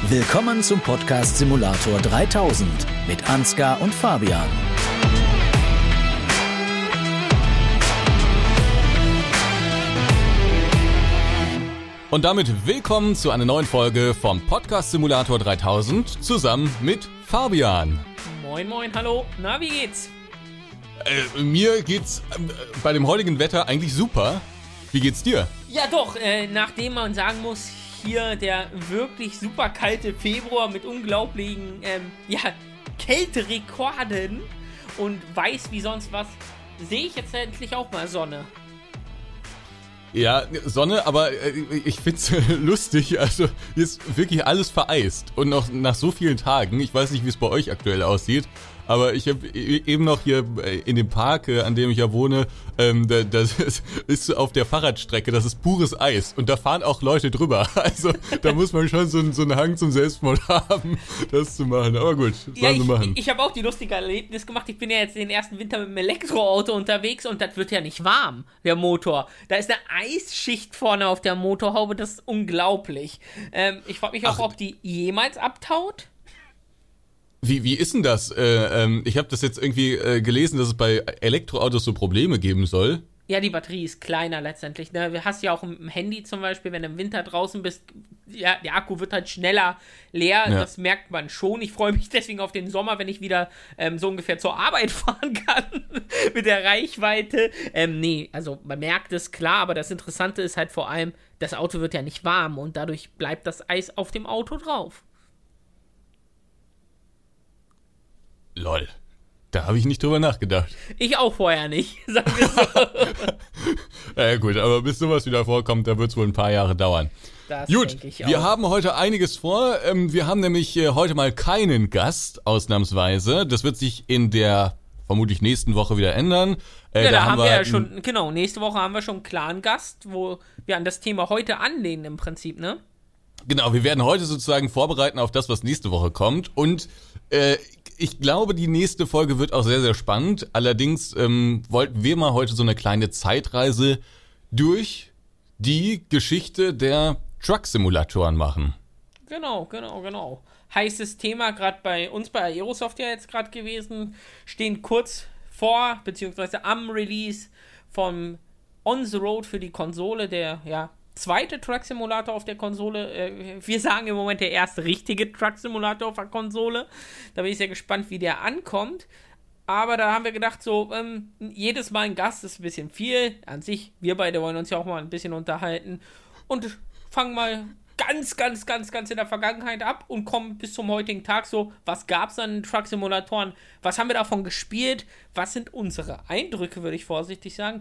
Willkommen zum Podcast Simulator 3000 mit Ansgar und Fabian. Und damit willkommen zu einer neuen Folge vom Podcast Simulator 3000 zusammen mit Fabian. Moin moin, hallo. Na, wie geht's? Mir geht's bei dem heutigen Wetter eigentlich super. Wie geht's dir? Ja doch, nachdem man sagen muss, hier der wirklich super kalte Februar mit unglaublichen Kälterekorden und weiß wie sonst was, sehe ich jetzt endlich auch mal Sonne. Ja, Sonne, aber ich find's lustig, also hier ist wirklich alles vereist und noch nach so vielen Tagen, ich weiß nicht, wie es bei euch aktuell aussieht, aber ich habe eben noch hier in dem Park, an dem ich ja wohne, das ist auf der Fahrradstrecke, das ist pures Eis und da fahren auch Leute drüber, also da muss man schon so einen Hang zum Selbstmord haben, das zu machen, aber gut, sollen sie machen. Ich habe auch die lustige Erlebnis gemacht, ich bin ja jetzt den ersten Winter mit dem Elektroauto unterwegs und das wird ja nicht warm, der Motor, da ist eine Eisschicht vorne auf der Motorhaube, das ist unglaublich. Ich frage mich auch, ob die jemals abtaut? Wie ist denn das? Ich habe das jetzt irgendwie gelesen, dass es bei Elektroautos so Probleme geben soll. Ja, die Batterie ist kleiner letztendlich. Ne? Du hast ja auch im Handy zum Beispiel, wenn du im Winter draußen bist, ja, der Akku wird halt schneller leer. Ja. Das merkt man schon. Ich freue mich deswegen auf den Sommer, wenn ich wieder so ungefähr zur Arbeit fahren kann mit der Reichweite. Nee, also man merkt es klar, aber das Interessante ist halt vor allem, das Auto wird ja nicht warm und dadurch bleibt das Eis auf dem Auto drauf. Lol. Da habe ich nicht drüber nachgedacht. Ich auch vorher nicht, sagen wir so. Ja gut, aber bis sowas wieder vorkommt, da wird es wohl ein paar Jahre dauern. Das gut, denke ich auch. Wir haben heute einiges vor. Wir haben nämlich heute mal keinen Gast, ausnahmsweise. Das wird sich in der vermutlich nächsten Woche wieder ändern. Da haben wir ja schon, genau, nächste Woche haben wir schon einen klaren Gast, wo wir an das Thema heute anlehnen im Prinzip, ne? Genau, wir werden heute sozusagen vorbereiten auf das, was nächste Woche kommt und ich glaube, die nächste Folge wird auch sehr, sehr spannend. Allerdings wollten wir mal heute so eine kleine Zeitreise durch die Geschichte der Truck-Simulatoren machen. Genau. Heißes Thema, gerade bei uns bei Aerosoft ja jetzt gerade gewesen. Stehen kurz vor, beziehungsweise am Release vom On the Road für die Konsole, der, zweite Truck-Simulator auf der Konsole. Wir sagen im Moment der erste richtige Truck-Simulator auf der Konsole. Da bin ich sehr gespannt, wie der ankommt. Aber da haben wir gedacht, so, jedes Mal ein Gast ist ein bisschen viel. An sich, wir beide wollen uns ja auch mal ein bisschen unterhalten. Und fangen mal ganz in der Vergangenheit ab und kommen bis zum heutigen Tag so, was gab es an Truck-Simulatoren? Was haben wir davon gespielt? Was sind unsere Eindrücke, würde ich vorsichtig sagen?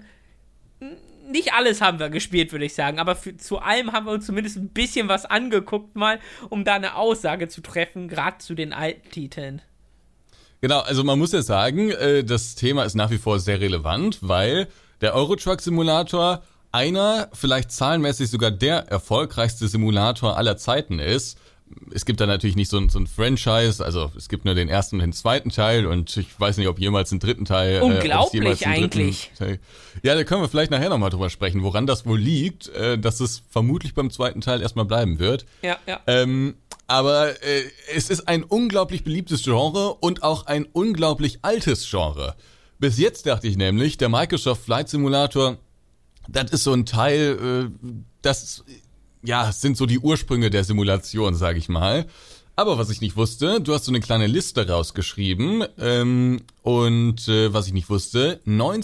Nicht alles haben wir gespielt, würde ich sagen, aber zu allem haben wir uns zumindest ein bisschen was angeguckt mal, um da eine Aussage zu treffen, gerade zu den alten Titeln. Genau, also man muss ja sagen, das Thema ist nach wie vor sehr relevant, weil der Euro Truck Simulator einer, vielleicht zahlenmäßig sogar der erfolgreichste Simulator aller Zeiten ist. Es gibt da natürlich nicht so ein Franchise, also es gibt nur den ersten und den zweiten Teil und ich weiß nicht, ob jemals einen dritten Teil... Unglaublich eigentlich. Ja, da können wir vielleicht nachher nochmal drüber sprechen, woran das wohl liegt, dass es vermutlich beim zweiten Teil erstmal bleiben wird. Ja. Aber es ist ein unglaublich beliebtes Genre und auch ein unglaublich altes Genre. Bis jetzt dachte ich nämlich, der Microsoft Flight Simulator, das ist so ein Teil, das... Ja, es sind so die Ursprünge der Simulation, sage ich mal. Aber was ich nicht wusste, du hast so eine kleine Liste rausgeschrieben was ich nicht wusste,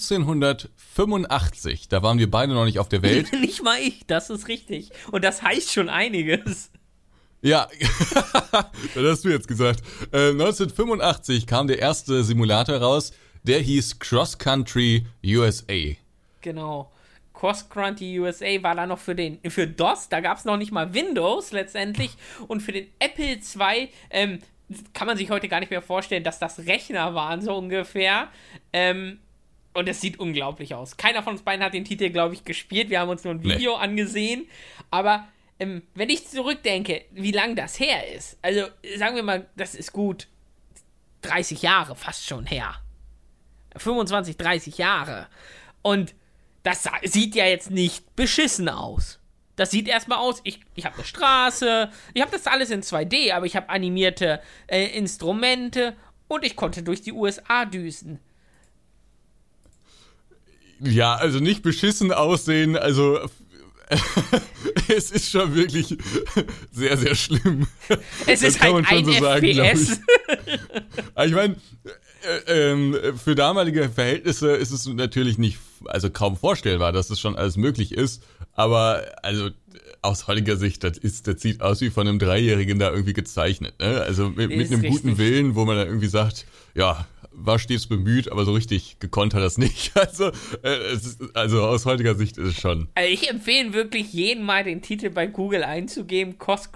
1985, da waren wir beide noch nicht auf der Welt. Nicht mal ich, das ist richtig. Und das heißt schon einiges. Ja, das hast du jetzt gesagt. 1985 kam der erste Simulator raus, der hieß Cross Country USA. Genau. Cross Country USA war da noch für DOS, da gab es noch nicht mal Windows letztendlich und für den Apple II kann man sich heute gar nicht mehr vorstellen, dass das Rechner waren, so ungefähr. Und es sieht unglaublich aus. Keiner von uns beiden hat den Titel, glaube ich, gespielt, wir haben uns nur ein Video angesehen, aber wenn ich zurückdenke, wie lang das her ist, also sagen wir mal, das ist gut 30 Jahre fast schon her. 25, 30 Jahre. Und das sieht ja jetzt nicht beschissen aus. Das sieht erstmal aus, ich habe eine Straße, ich habe das alles in 2D, aber ich habe animierte Instrumente und ich konnte durch die USA düsen. Ja, also nicht beschissen aussehen, also es ist schon wirklich sehr, sehr schlimm. Es ist halt ein so FPS. Ich meine, für damalige Verhältnisse ist es natürlich nicht, also kaum vorstellbar, dass das schon alles möglich ist, aber also aus heutiger Sicht, das sieht aus wie von einem Dreijährigen da irgendwie gezeichnet, ne? Also mit einem guten Willen, wo man dann irgendwie sagt, ja, war stets bemüht, aber so richtig gekonnt hat das nicht. Also aus heutiger Sicht ist es schon. Also ich empfehle wirklich jeden mal den Titel bei Google einzugeben, Cross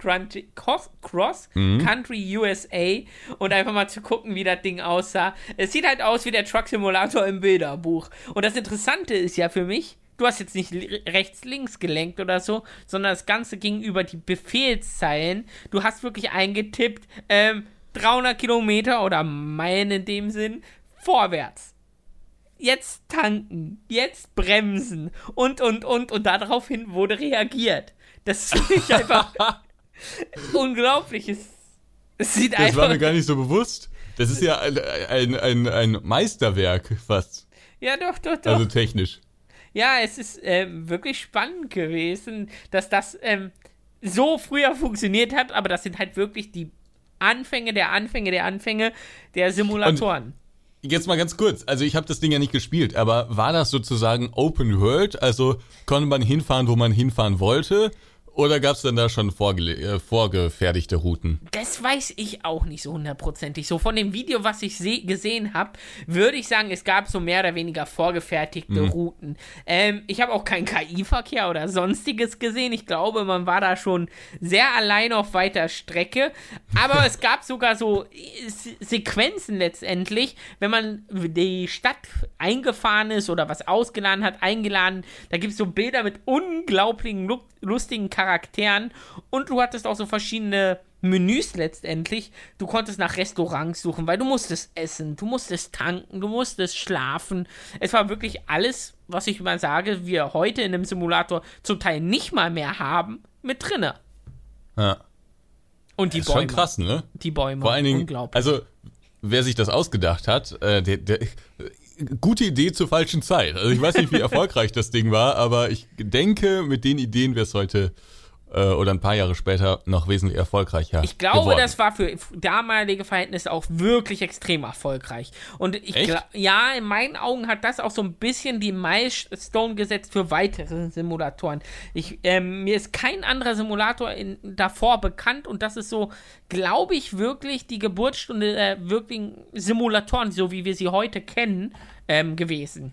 Country USA und einfach mal zu gucken, wie das Ding aussah. Es sieht halt aus wie der Truck Simulator im Bilderbuch. Und das Interessante ist ja für mich, du hast jetzt nicht rechts-links gelenkt oder so, sondern das Ganze ging über die Befehlszeilen. Du hast wirklich eingetippt, 300 Kilometer oder Meilen in dem Sinn, vorwärts. Jetzt tanken, jetzt bremsen und daraufhin wurde reagiert. Das ist wirklich einfach unglaublich. Es sieht einfach... Das war mir gar nicht so bewusst. Das ist ja ein Meisterwerk fast. Ja, doch. Also technisch. Ja, es ist wirklich spannend gewesen, dass das so früher funktioniert hat, aber das sind halt wirklich die Anfänge der Simulatoren. Und jetzt mal ganz kurz, also ich habe das Ding ja nicht gespielt, aber war das sozusagen Open World? Also konnte man hinfahren, wo man hinfahren wollte? Oder gab es dann da schon vorgefertigte Routen? Das weiß ich auch nicht so hundertprozentig. So von dem Video, was ich gesehen habe, würde ich sagen, es gab so mehr oder weniger vorgefertigte Routen. Ich habe auch keinen KI-Verkehr oder sonstiges gesehen. Ich glaube, man war da schon sehr allein auf weiter Strecke. Aber es gab sogar so Sequenzen letztendlich, wenn man die Stadt eingefahren ist oder was ausgeladen hat, eingeladen. Da gibt es so Bilder mit unglaublichen lustigen Charakteren und du hattest auch so verschiedene Menüs letztendlich. Du konntest nach Restaurants suchen, weil du musstest essen, du musstest tanken, du musstest schlafen. Es war wirklich alles, was ich mal sage, wir heute in einem Simulator zum Teil nicht mal mehr haben, mit drinne. Ja. Und die das Bäume. Ist schon krass, ne? Die Bäume. Vor allen Dingen, unglaublich. also wer sich das ausgedacht hat, gute Idee zur falschen Zeit. Also ich weiß nicht, wie erfolgreich das Ding war, aber ich denke, mit den Ideen wäre es heute oder ein paar Jahre später noch wesentlich erfolgreicher Ich glaube, geworden. das war für damalige Verhältnisse auch wirklich extrem erfolgreich. Und ja, in meinen Augen hat das auch so ein bisschen die Milestone gesetzt für weitere Simulatoren. Mir ist kein anderer Simulator davor bekannt und das ist so, glaube ich, wirklich die Geburtsstunde der wirklichen Simulatoren, so wie wir sie heute kennen, gewesen.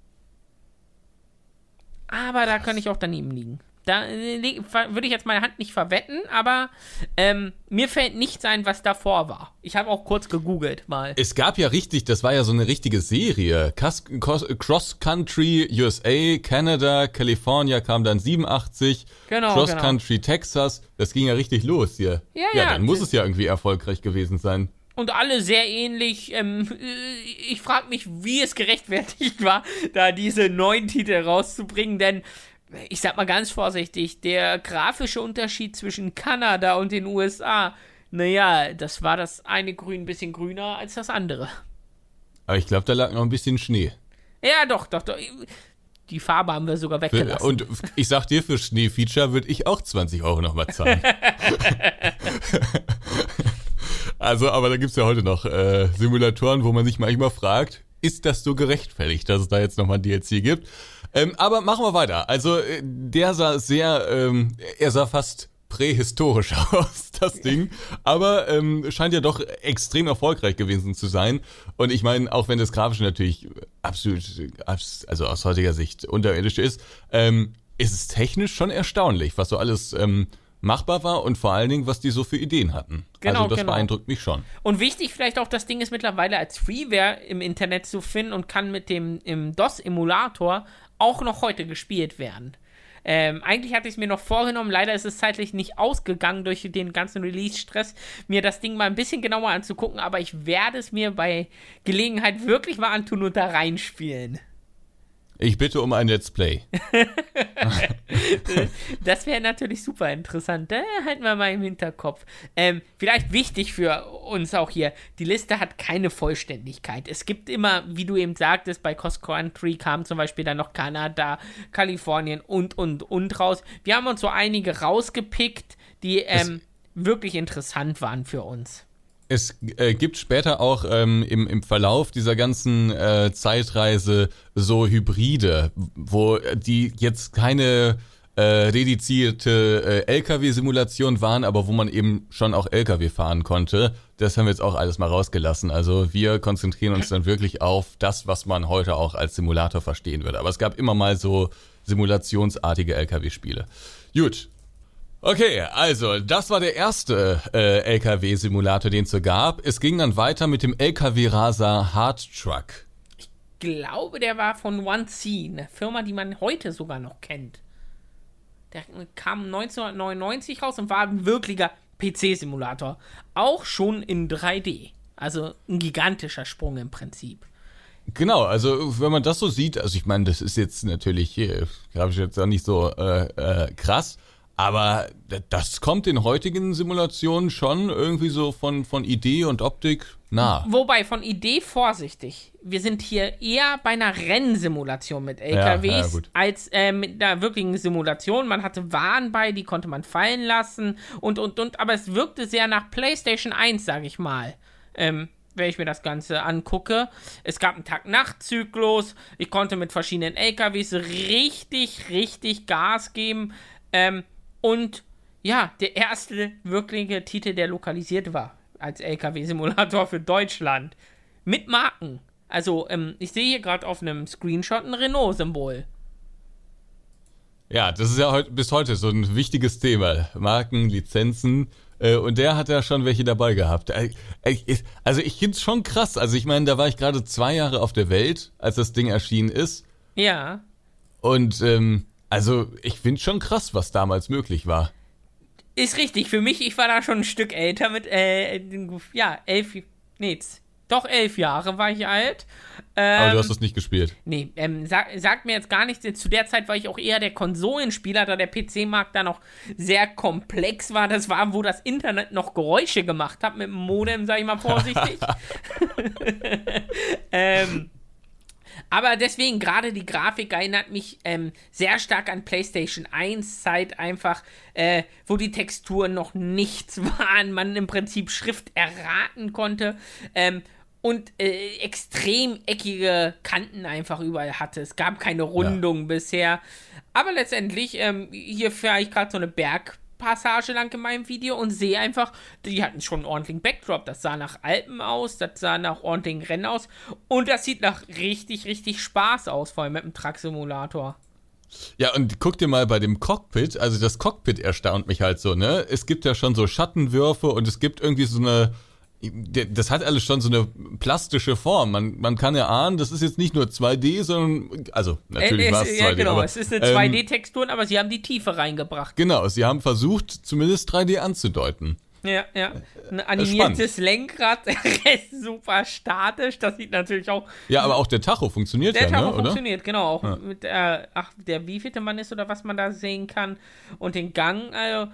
Aber da kann ich auch daneben liegen. Da würde ich jetzt meine Hand nicht verwetten, aber mir fällt nichts ein, was davor war. Ich habe auch kurz gegoogelt mal. Es gab ja das war ja so eine richtige Serie. Cross Country USA, Canada, California kam dann 87. Genau, Cross Country Texas. Das ging ja richtig los hier. Ja. Dann muss es ja irgendwie erfolgreich gewesen sein. Und alle sehr ähnlich. Ich frage mich, wie es gerechtfertigt war, da diese neuen Titel rauszubringen, denn ich sag mal ganz vorsichtig, der grafische Unterschied zwischen Kanada und den USA, naja, das war das eine Grün ein bisschen grüner als das andere. Aber ich glaube, da lag noch ein bisschen Schnee. Ja, doch. Die Farbe haben wir sogar weggelassen. Und ich sag dir, für Schneefeature würde ich auch 20 € nochmal zahlen. Also, aber da gibt's ja heute noch Simulatoren, wo man sich manchmal fragt, ist das so gerechtfertigt, dass es da jetzt nochmal ein DLC gibt? Aber machen wir weiter. Also der sah er sah fast prähistorisch aus, das Ding. Aber scheint ja doch extrem erfolgreich gewesen zu sein. Und ich meine, auch wenn das Grafische natürlich absolut, also aus heutiger Sicht unterirdisch ist es technisch schon erstaunlich, was so alles machbar war und vor allen Dingen, was die so für Ideen hatten. Genau, also das beeindruckt mich schon. Und wichtig vielleicht auch, das Ding ist mittlerweile als Freeware im Internet zu finden und kann mit dem DOS-Emulator auch noch heute gespielt werden. Eigentlich hatte ich es mir noch vorgenommen, leider ist es zeitlich nicht ausgegangen durch den ganzen Release-Stress, mir das Ding mal ein bisschen genauer anzugucken, aber ich werde es mir bei Gelegenheit wirklich mal antun und da reinspielen. Ich bitte um ein Let's Play. Das wäre natürlich super interessant. Halten wir mal im Hinterkopf. Vielleicht wichtig für uns auch hier, die Liste hat keine Vollständigkeit. Es gibt immer, wie du eben sagtest, bei Cross Country kam zum Beispiel dann noch Kanada, Kalifornien und raus. Wir haben uns so einige rausgepickt, die wirklich interessant waren für uns. Es gibt später auch im Verlauf dieser ganzen Zeitreise so Hybride, wo die jetzt keine dedizierte LKW-Simulation waren, aber wo man eben schon auch LKW fahren konnte. Das haben wir jetzt auch alles mal rausgelassen. Also wir konzentrieren uns dann wirklich auf das, was man heute auch als Simulator verstehen würde. Aber es gab immer mal so simulationsartige LKW-Spiele. Gut. Okay, also das war der erste LKW-Simulator, den es so gab. Es ging dann weiter mit dem LKW-Raser Hard Truck. Ich glaube, der war von 1C, eine Firma, die man heute sogar noch kennt. Der kam 1999 raus und war ein wirklicher PC-Simulator. Auch schon in 3D. Also ein gigantischer Sprung im Prinzip. Genau, also wenn man das so sieht, also ich meine, das ist jetzt natürlich, glaube ich jetzt auch nicht so krass, aber das kommt den heutigen Simulationen schon irgendwie so von Idee und Optik nah. Wobei, von Idee vorsichtig. Wir sind hier eher bei einer Rennsimulation mit LKWs ja, als mit einer wirklichen Simulation. Man hatte Waren bei, die konnte man fallen lassen und. Aber es wirkte sehr nach PlayStation 1, sage ich mal. Wenn ich mir das Ganze angucke. Es gab einen Tag-Nacht-Zyklus. Ich konnte mit verschiedenen LKWs richtig Gas geben. Und ja, der erste wirkliche Titel, der lokalisiert war als LKW-Simulator für Deutschland. Mit Marken. Also, ich sehe hier gerade auf einem Screenshot ein Renault-Symbol. Ja, das ist ja bis heute so ein wichtiges Thema. Marken, Lizenzen. Und der hat ja schon welche dabei gehabt. Also ich finde es schon krass. Also ich meine, da war ich gerade 2 Jahre auf der Welt, als das Ding erschienen ist. Ja. Und also ich finde schon krass, was damals möglich war. Ist richtig. Für mich, ich war da schon ein Stück älter mit, 11 Jahre war ich alt. Aber du hast das nicht gespielt. Nee, sagt mir jetzt gar nichts. Zu der Zeit war ich auch eher der Konsolenspieler, da der PC-Markt da noch sehr komplex war. Das war, wo das Internet noch Geräusche gemacht hat, mit dem Modem, sag ich mal vorsichtig. Aber deswegen, gerade die Grafik erinnert mich sehr stark an PlayStation 1 Zeit einfach, wo die Texturen noch nichts waren, man im Prinzip Schrift erraten konnte und extrem eckige Kanten einfach überall hatte. Es gab keine Rundung bisher. Aber letztendlich, hier fahre ich gerade so eine Bergpassage lang in meinem Video und sehe einfach, die hatten schon einen ordentlichen Backdrop. Das sah nach Alpen aus, das sah nach ordentlichen Rennen aus und das sieht nach richtig Spaß aus, vor allem mit dem Truck-Simulator. Ja, und guck dir mal bei dem Cockpit, also das Cockpit erstaunt mich halt so, ne? Es gibt ja schon so Schattenwürfe und es gibt irgendwie so eine, das hat alles schon so eine plastische Form. Man kann ja ahnen, das ist jetzt nicht nur 2D, sondern, also natürlich war es 2D. Ja, genau, aber, es ist eine 2D-Textur, aber sie haben die Tiefe reingebracht. Genau, sie haben versucht, zumindest 3D anzudeuten. Ja. Ein animiertes Lenkrad, der Rest super statisch, das sieht natürlich auch... Ja, aber auch der Tacho funktioniert der ja, Tacho ne, oder? Funktioniert, genau, auch mit, der wievielte Mann ist oder was man da sehen kann und den Gang, also,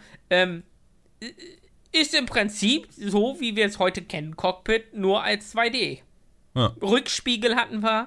ist im Prinzip so, wie wir es heute kennen, Cockpit, nur als 2D. Ja. Rückspiegel hatten wir.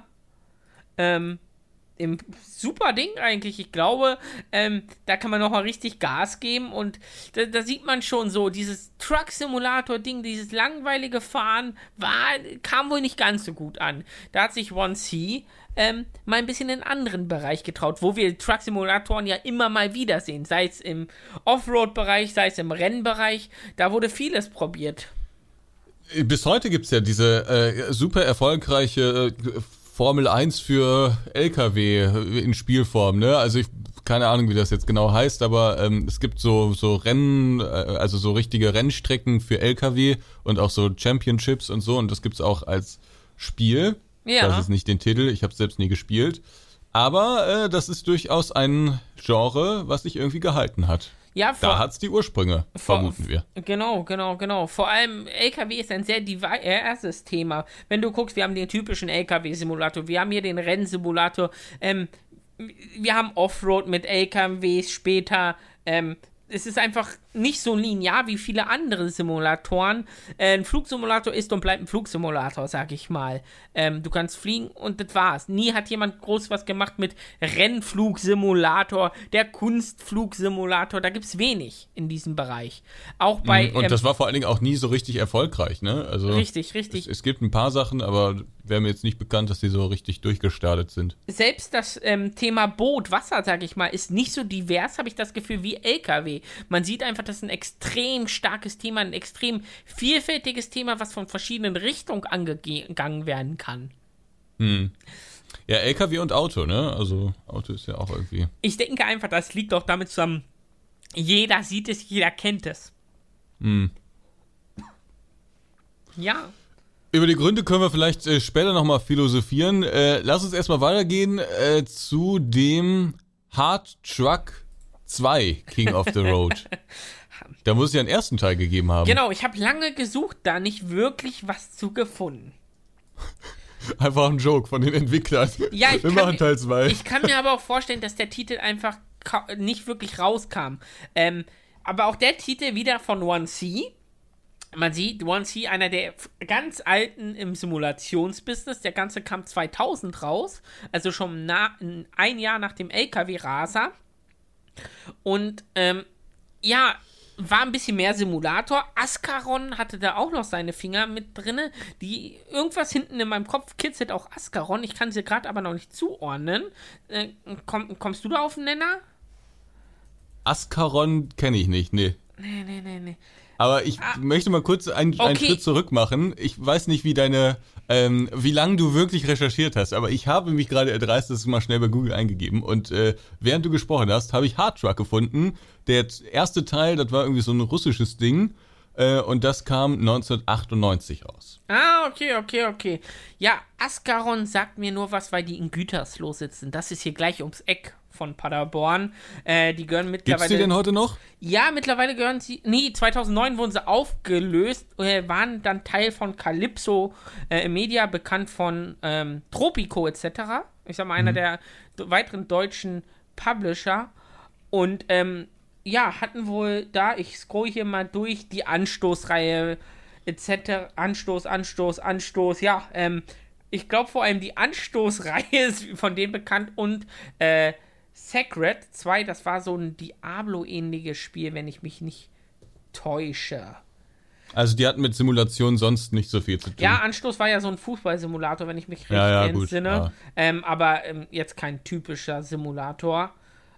Im super Ding eigentlich. Ich glaube, da kann man nochmal richtig Gas geben und da sieht man schon so, dieses Truck-Simulator-Ding, dieses langweilige Fahren, kam wohl nicht ganz so gut an. Da hat sich 1C mal ein bisschen in einen anderen Bereich getraut, wo wir Truck-Simulatoren ja immer mal wieder sehen, sei es im Offroad-Bereich, sei es im Rennbereich, da wurde vieles probiert. Bis heute gibt's ja diese super erfolgreiche Formel 1 für LKW in Spielform, ne? Also keine Ahnung, wie das jetzt genau heißt, aber es gibt so Rennen, also so richtige Rennstrecken für LKW und auch so Championships und so und das gibt's auch als Spiel. Ja. Das ist nicht den Titel, ich habe es selbst nie gespielt. Aber das ist durchaus ein Genre, was sich irgendwie gehalten hat. Ja, da hat's die Ursprünge, vermuten wir. Genau. Vor allem LKW ist ein sehr diverses Thema. Wenn du guckst, wir haben den typischen LKW-Simulator, wir haben hier den Rennsimulator, wir haben Offroad mit LKWs später, es ist einfach nicht so linear wie viele andere Simulatoren. Ein Flugsimulator ist und bleibt ein Flugsimulator, sag ich mal. Du kannst fliegen und das war's. Nie hat jemand groß was gemacht mit Rennflugsimulator, der Kunstflugsimulator. Da gibt's wenig in diesem Bereich. Auch bei... Und das war vor allen Dingen auch nie so richtig erfolgreich, ne? Also richtig. Es gibt ein paar Sachen, aber wäre mir jetzt nicht bekannt, dass die so richtig durchgestartet sind. Selbst das Thema Boot, Wasser, sag ich mal, ist nicht so divers, habe ich das Gefühl, wie LKW. Man sieht einfach, das ist ein extrem starkes Thema, ein extrem vielfältiges Thema, was von verschiedenen Richtungen angegangen werden kann. Ja, LKW und Auto, ne? Also Auto ist ja auch irgendwie... Ich denke einfach, das liegt auch damit zusammen, jeder sieht es, jeder kennt es. Ja. Über die Gründe können wir vielleicht später nochmal philosophieren. Lass uns erstmal weitergehen zu dem Hard Truck 2 King of the Road. Da muss es ja einen ersten Teil gegeben haben. Genau, ich habe lange gesucht, da nicht wirklich was zu gefunden. Einfach ein Joke von den Entwicklern. Ja, wir machen Teil 2. Ich kann mir aber auch vorstellen, dass der Titel einfach nicht wirklich rauskam. Aber auch der Titel wieder von 1C. Man sieht, 1C, einer der ganz alten im Simulationsbusiness. Der Ganze kam 2000 raus. Also schon ein Jahr nach dem LKW-Raser. Und ja, war ein bisschen mehr Simulator. Ascaron hatte da auch noch seine Finger mit drinne. Irgendwas hinten in meinem Kopf kitzelt auch Ascaron. Ich kann sie gerade aber noch nicht zuordnen. Kommst du da auf den Nenner? Ascaron kenne ich nicht, nee. Nee. Aber ich möchte mal kurz einen Schritt zurück machen. Ich weiß nicht, wie lange du wirklich recherchiert hast, aber ich habe mich gerade erdreistet, das mal schnell bei Google eingegeben und während du gesprochen hast, habe ich Hard Truck gefunden. Der erste Teil, das war irgendwie so ein russisches Ding und das kam 1998 raus. Okay. Ja, Ascaron sagt mir nur was, weil die in Gütersloh sitzen. Das ist hier gleich ums Eck von Paderborn. Die gehören mittlerweile... Gibt's die denn heute noch? Ja, mittlerweile gehören sie... Nee, 2009 wurden sie aufgelöst, waren dann Teil von Calypso Media, bekannt von Tropico etc. Ich sag mal, einer der weiteren deutschen Publisher. Und ja, hatten wohl da, ich scroll hier mal durch, die Anstoßreihe etc. Anstoß, ja, ich glaube vor allem die Anstoßreihe ist von denen bekannt und Sacred 2, das war so ein Diablo-ähnliches Spiel, wenn ich mich nicht täusche. Also die hatten mit Simulation sonst nicht so viel zu tun. Ja, Anstoß war ja so ein Fußballsimulator, wenn ich mich richtig entsinne. Ja. Aber jetzt kein typischer Simulator.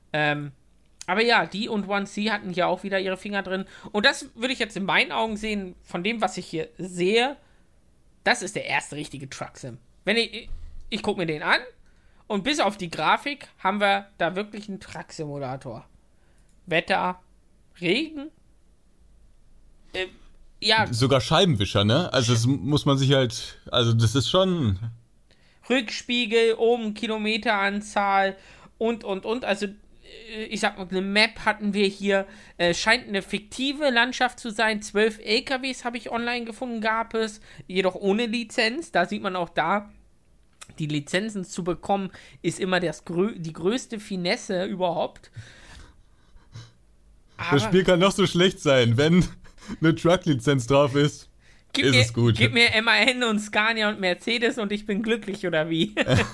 Aber ja, die und 1C hatten hier auch wieder ihre Finger drin. Und das würde ich jetzt in meinen Augen sehen, von dem, was ich hier sehe, das ist der erste richtige Truck-Sim. Wenn ich gucke mir den an und bis auf die Grafik haben wir da wirklich einen Truck-Simulator. Wetter, Regen, ja. Sogar Scheibenwischer, ne? Also das muss man sich halt, also das ist schon... Rückspiegel, oben Kilometeranzahl und. Also ich sag mal, eine Map hatten wir hier, scheint eine fiktive Landschaft zu sein. 12 LKWs habe ich online gefunden, gab es, jedoch ohne Lizenz. Da sieht man auch die Lizenzen zu bekommen, ist immer die größte Finesse überhaupt. Aber das Spiel kann noch so schlecht sein, wenn eine Truck-Lizenz drauf ist. Es gut. Gib mir MAN und Scania und Mercedes und ich bin glücklich, oder wie?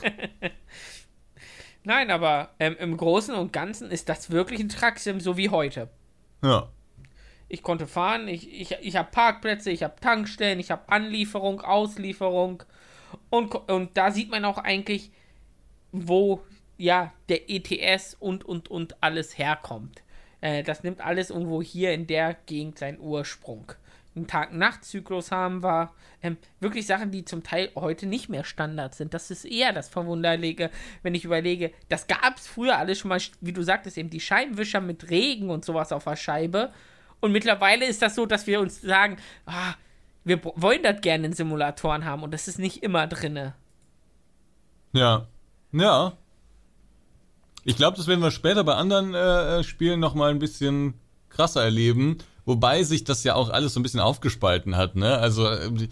Nein, aber im Großen und Ganzen ist das wirklich ein Truck-Sim, so wie heute. Ja. Ich konnte fahren, ich habe Parkplätze, ich habe Tankstellen, ich habe Anlieferung, Auslieferung und da sieht man auch eigentlich, wo ja der ETS und alles herkommt. Das nimmt alles irgendwo hier in der Gegend seinen Ursprung. Einen Tag-Nacht-Zyklus haben wir. Wirklich Sachen, die zum Teil heute nicht mehr Standard sind. Das ist eher das Verwunderliche, wenn ich überlege, das gab es früher alles schon mal, wie du sagtest, eben die Scheibenwischer mit Regen und sowas auf der Scheibe. Und mittlerweile ist das so, dass wir uns sagen, wir wollen das gerne in Simulatoren haben und das ist nicht immer drinne. Ja. Ich glaube, das werden wir später bei anderen Spielen nochmal ein bisschen krasser erleben, wobei sich das ja auch alles so ein bisschen aufgespalten hat, ne? Also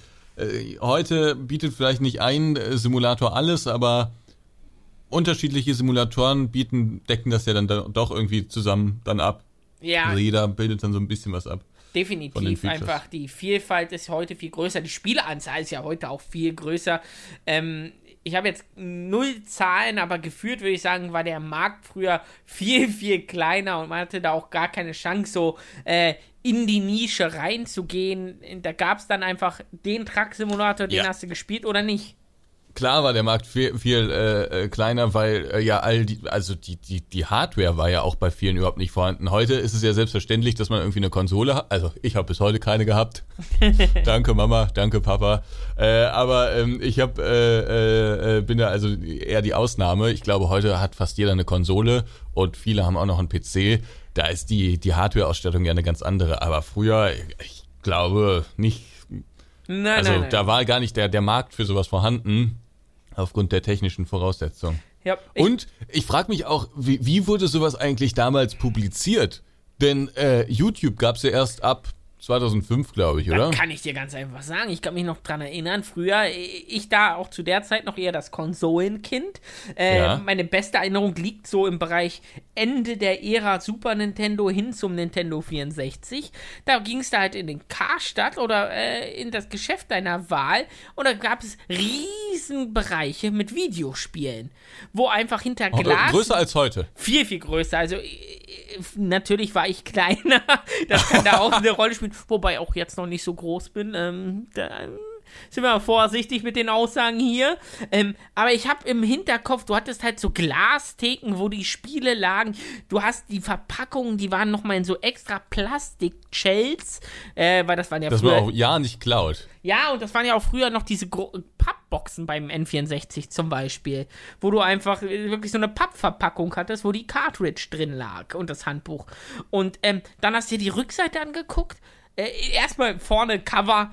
heute bietet vielleicht nicht ein Simulator alles, aber unterschiedliche Simulatoren decken das ja dann doch irgendwie zusammen dann ab. Ja. Also jeder bildet dann so ein bisschen was ab. Definitiv, einfach die Vielfalt ist heute viel größer, die Spieleanzahl ist ja heute auch viel größer. Ich habe jetzt 0 Zahlen, aber gefühlt würde ich sagen, war der Markt früher viel, viel kleiner und man hatte da auch gar keine Chance, so in die Nische reinzugehen. Da gab es dann einfach den Truck-Simulator, den hast du gespielt oder nicht. Klar war der Markt viel kleiner, weil die Hardware war ja auch bei vielen überhaupt nicht vorhanden. Heute ist es ja selbstverständlich, dass man irgendwie eine Konsole hat. Also ich habe bis heute keine gehabt. Danke Mama, danke Papa. Ich bin da also eher die Ausnahme. Ich glaube, heute hat fast jeder eine Konsole und viele haben auch noch einen PC. Da ist die Hardware-Ausstattung ja eine ganz andere. Aber früher, ich glaube nicht. Nein. Da war gar nicht der Markt für sowas vorhanden. Aufgrund der technischen Voraussetzungen. Ja, und ich frage mich auch, wie wurde sowas eigentlich damals publiziert? Denn YouTube gab es ja erst ab 2005, glaube ich, oder? Da kann ich dir ganz einfach sagen. Ich kann mich noch dran erinnern, früher, ich da auch zu der Zeit noch eher das Konsolenkind. Meine beste Erinnerung liegt so im Bereich Ende der Ära Super Nintendo hin zum Nintendo 64. Da ging es da halt in den Karstadt oder in das Geschäft deiner Wahl und da gab es Riesenbereiche mit Videospielen, wo einfach hinter Glas... Größer als heute. Viel, viel größer. Also natürlich war ich kleiner. Das kann da auch eine Rolle spielen. Wobei auch jetzt noch nicht so groß bin. Da sind wir mal vorsichtig mit den Aussagen hier. Aber ich habe im Hinterkopf, du hattest halt so Glastheken, wo die Spiele lagen. Du hast die Verpackungen, die waren nochmal in so extra Plastik-Shells. Weil das waren ja das früher... war auch ja nicht geklaut. Ja, und das waren ja auch früher noch diese Pappboxen beim N64 zum Beispiel, wo du einfach wirklich so eine Pappverpackung hattest, wo die Cartridge drin lag und das Handbuch. Und dann hast du dir die Rückseite angeguckt. Erstmal vorne Cover.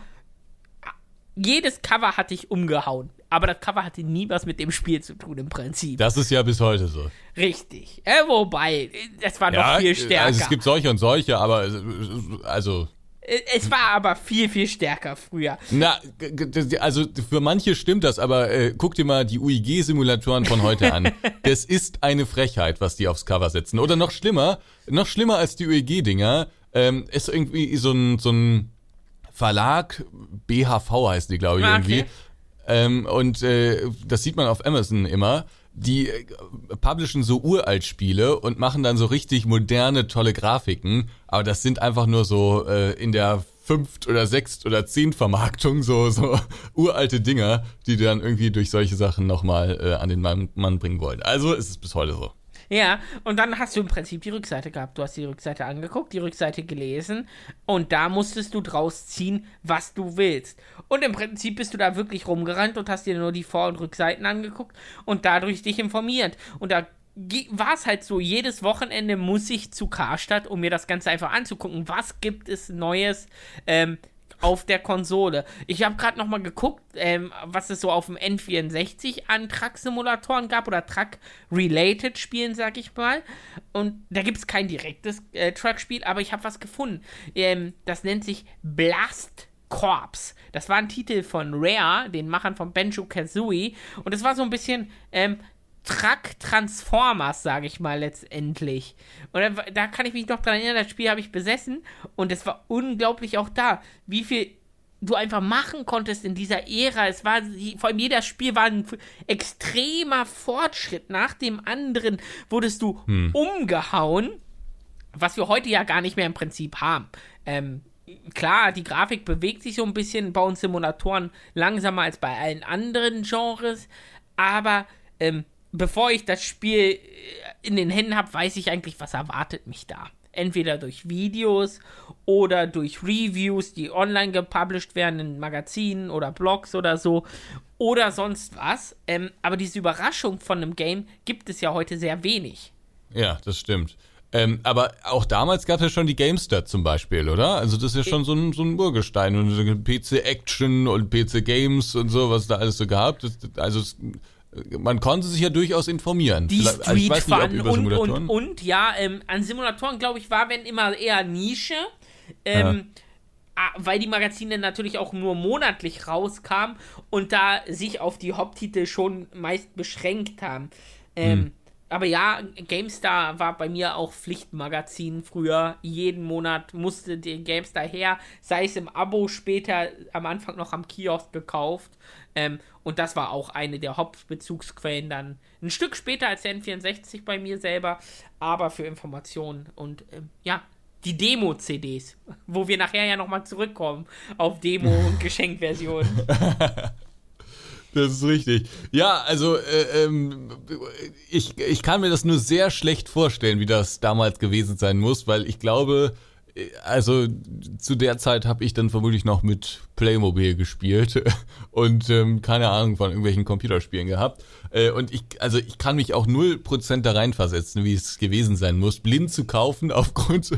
Jedes Cover hatte ich umgehauen. Aber das Cover hatte nie was mit dem Spiel zu tun im Prinzip. Das ist ja bis heute so. Richtig. Wobei, das war noch viel stärker. Also es gibt solche und solche, aber also... Es war aber viel, viel stärker früher. Na, also für manche stimmt das, aber guck dir mal die UIG-Simulatoren von heute an. Das ist eine Frechheit, was die aufs Cover setzen. Oder noch schlimmer als die UIG-Dinger, ist irgendwie so ein Verlag, BHV heißen die, glaube ich, irgendwie. Und das sieht man auf Amazon immer. Die publishen so Uralt-Spiele und machen dann so richtig moderne, tolle Grafiken, aber das sind einfach nur so in der 5. oder 6. oder 10. Vermarktung so uralte Dinger, die dann irgendwie durch solche Sachen nochmal an den Mann bringen wollen. Also ist es bis heute so. Ja, und dann hast du im Prinzip die Rückseite gehabt. Du hast die Rückseite angeguckt, die Rückseite gelesen und da musstest du draus ziehen, was du willst. Und im Prinzip bist du da wirklich rumgerannt und hast dir nur die Vor- und Rückseiten angeguckt und dadurch dich informiert. Und da war es halt so, jedes Wochenende muss ich zu Karstadt, um mir das Ganze einfach anzugucken. Was gibt es Neues auf der Konsole? Ich habe gerade nochmal geguckt, was es so auf dem N64 an Truck-Simulatoren gab oder Truck-related Spielen, sag ich mal. Und da gibt es kein direktes Truck-Spiel, aber ich habe was gefunden. Das nennt sich Blast Corps. Das war ein Titel von Rare, den Machern von Banjo-Kazooie. Und es war so ein bisschen Truck Transformers, sage ich mal, letztendlich. Und da kann ich mich noch dran erinnern, das Spiel habe ich besessen und es war unglaublich auch da, wie viel du einfach machen konntest in dieser Ära. Es war, vor allem jedes Spiel war ein extremer Fortschritt. Nach dem anderen wurdest du umgehauen, was wir heute ja gar nicht mehr im Prinzip haben. Klar, die Grafik bewegt sich so ein bisschen, bauen Simulatoren langsamer als bei allen anderen Genres, aber bevor ich das Spiel in den Händen habe, weiß ich eigentlich, was erwartet mich da. Entweder durch Videos oder durch Reviews, die online gepublished werden in Magazinen oder Blogs oder so oder sonst was. Aber diese Überraschung von einem Game gibt es ja heute sehr wenig. Ja, das stimmt. Aber auch damals gab es ja schon die GameStar zum Beispiel, oder? Also das ist ja schon so ein Urgestein und PC Action und PC Games und so, was da alles so gab. Also man konnte sich ja durchaus informieren. Die Also ich weiß nicht, ob Street über Fun Simulatoren. und ja, an Simulatoren, glaube ich, war wenn immer eher Nische. Weil die Magazine natürlich auch nur monatlich rauskamen und da sich auf die Haupttitel schon meist beschränkt haben. Aber ja, GameStar war bei mir auch Pflichtmagazin früher. Jeden Monat musste den GameStar her, sei es im Abo, später am Anfang noch am Kiosk gekauft. Und das war auch eine der Hauptbezugsquellen dann. Ein Stück später als der N64 bei mir selber, aber für Informationen und ja, die Demo-CDs, wo wir nachher ja nochmal zurückkommen auf Demo- und Geschenkversionen. Das ist richtig. Ja, also ich kann mir das nur sehr schlecht vorstellen, wie das damals gewesen sein muss, weil ich glaube, also zu der Zeit habe ich dann vermutlich noch mit Playmobil gespielt und keine Ahnung von irgendwelchen Computerspielen gehabt. Und ich kann mich auch 0% da reinversetzen, wie es gewesen sein muss, blind zu kaufen, aufgrund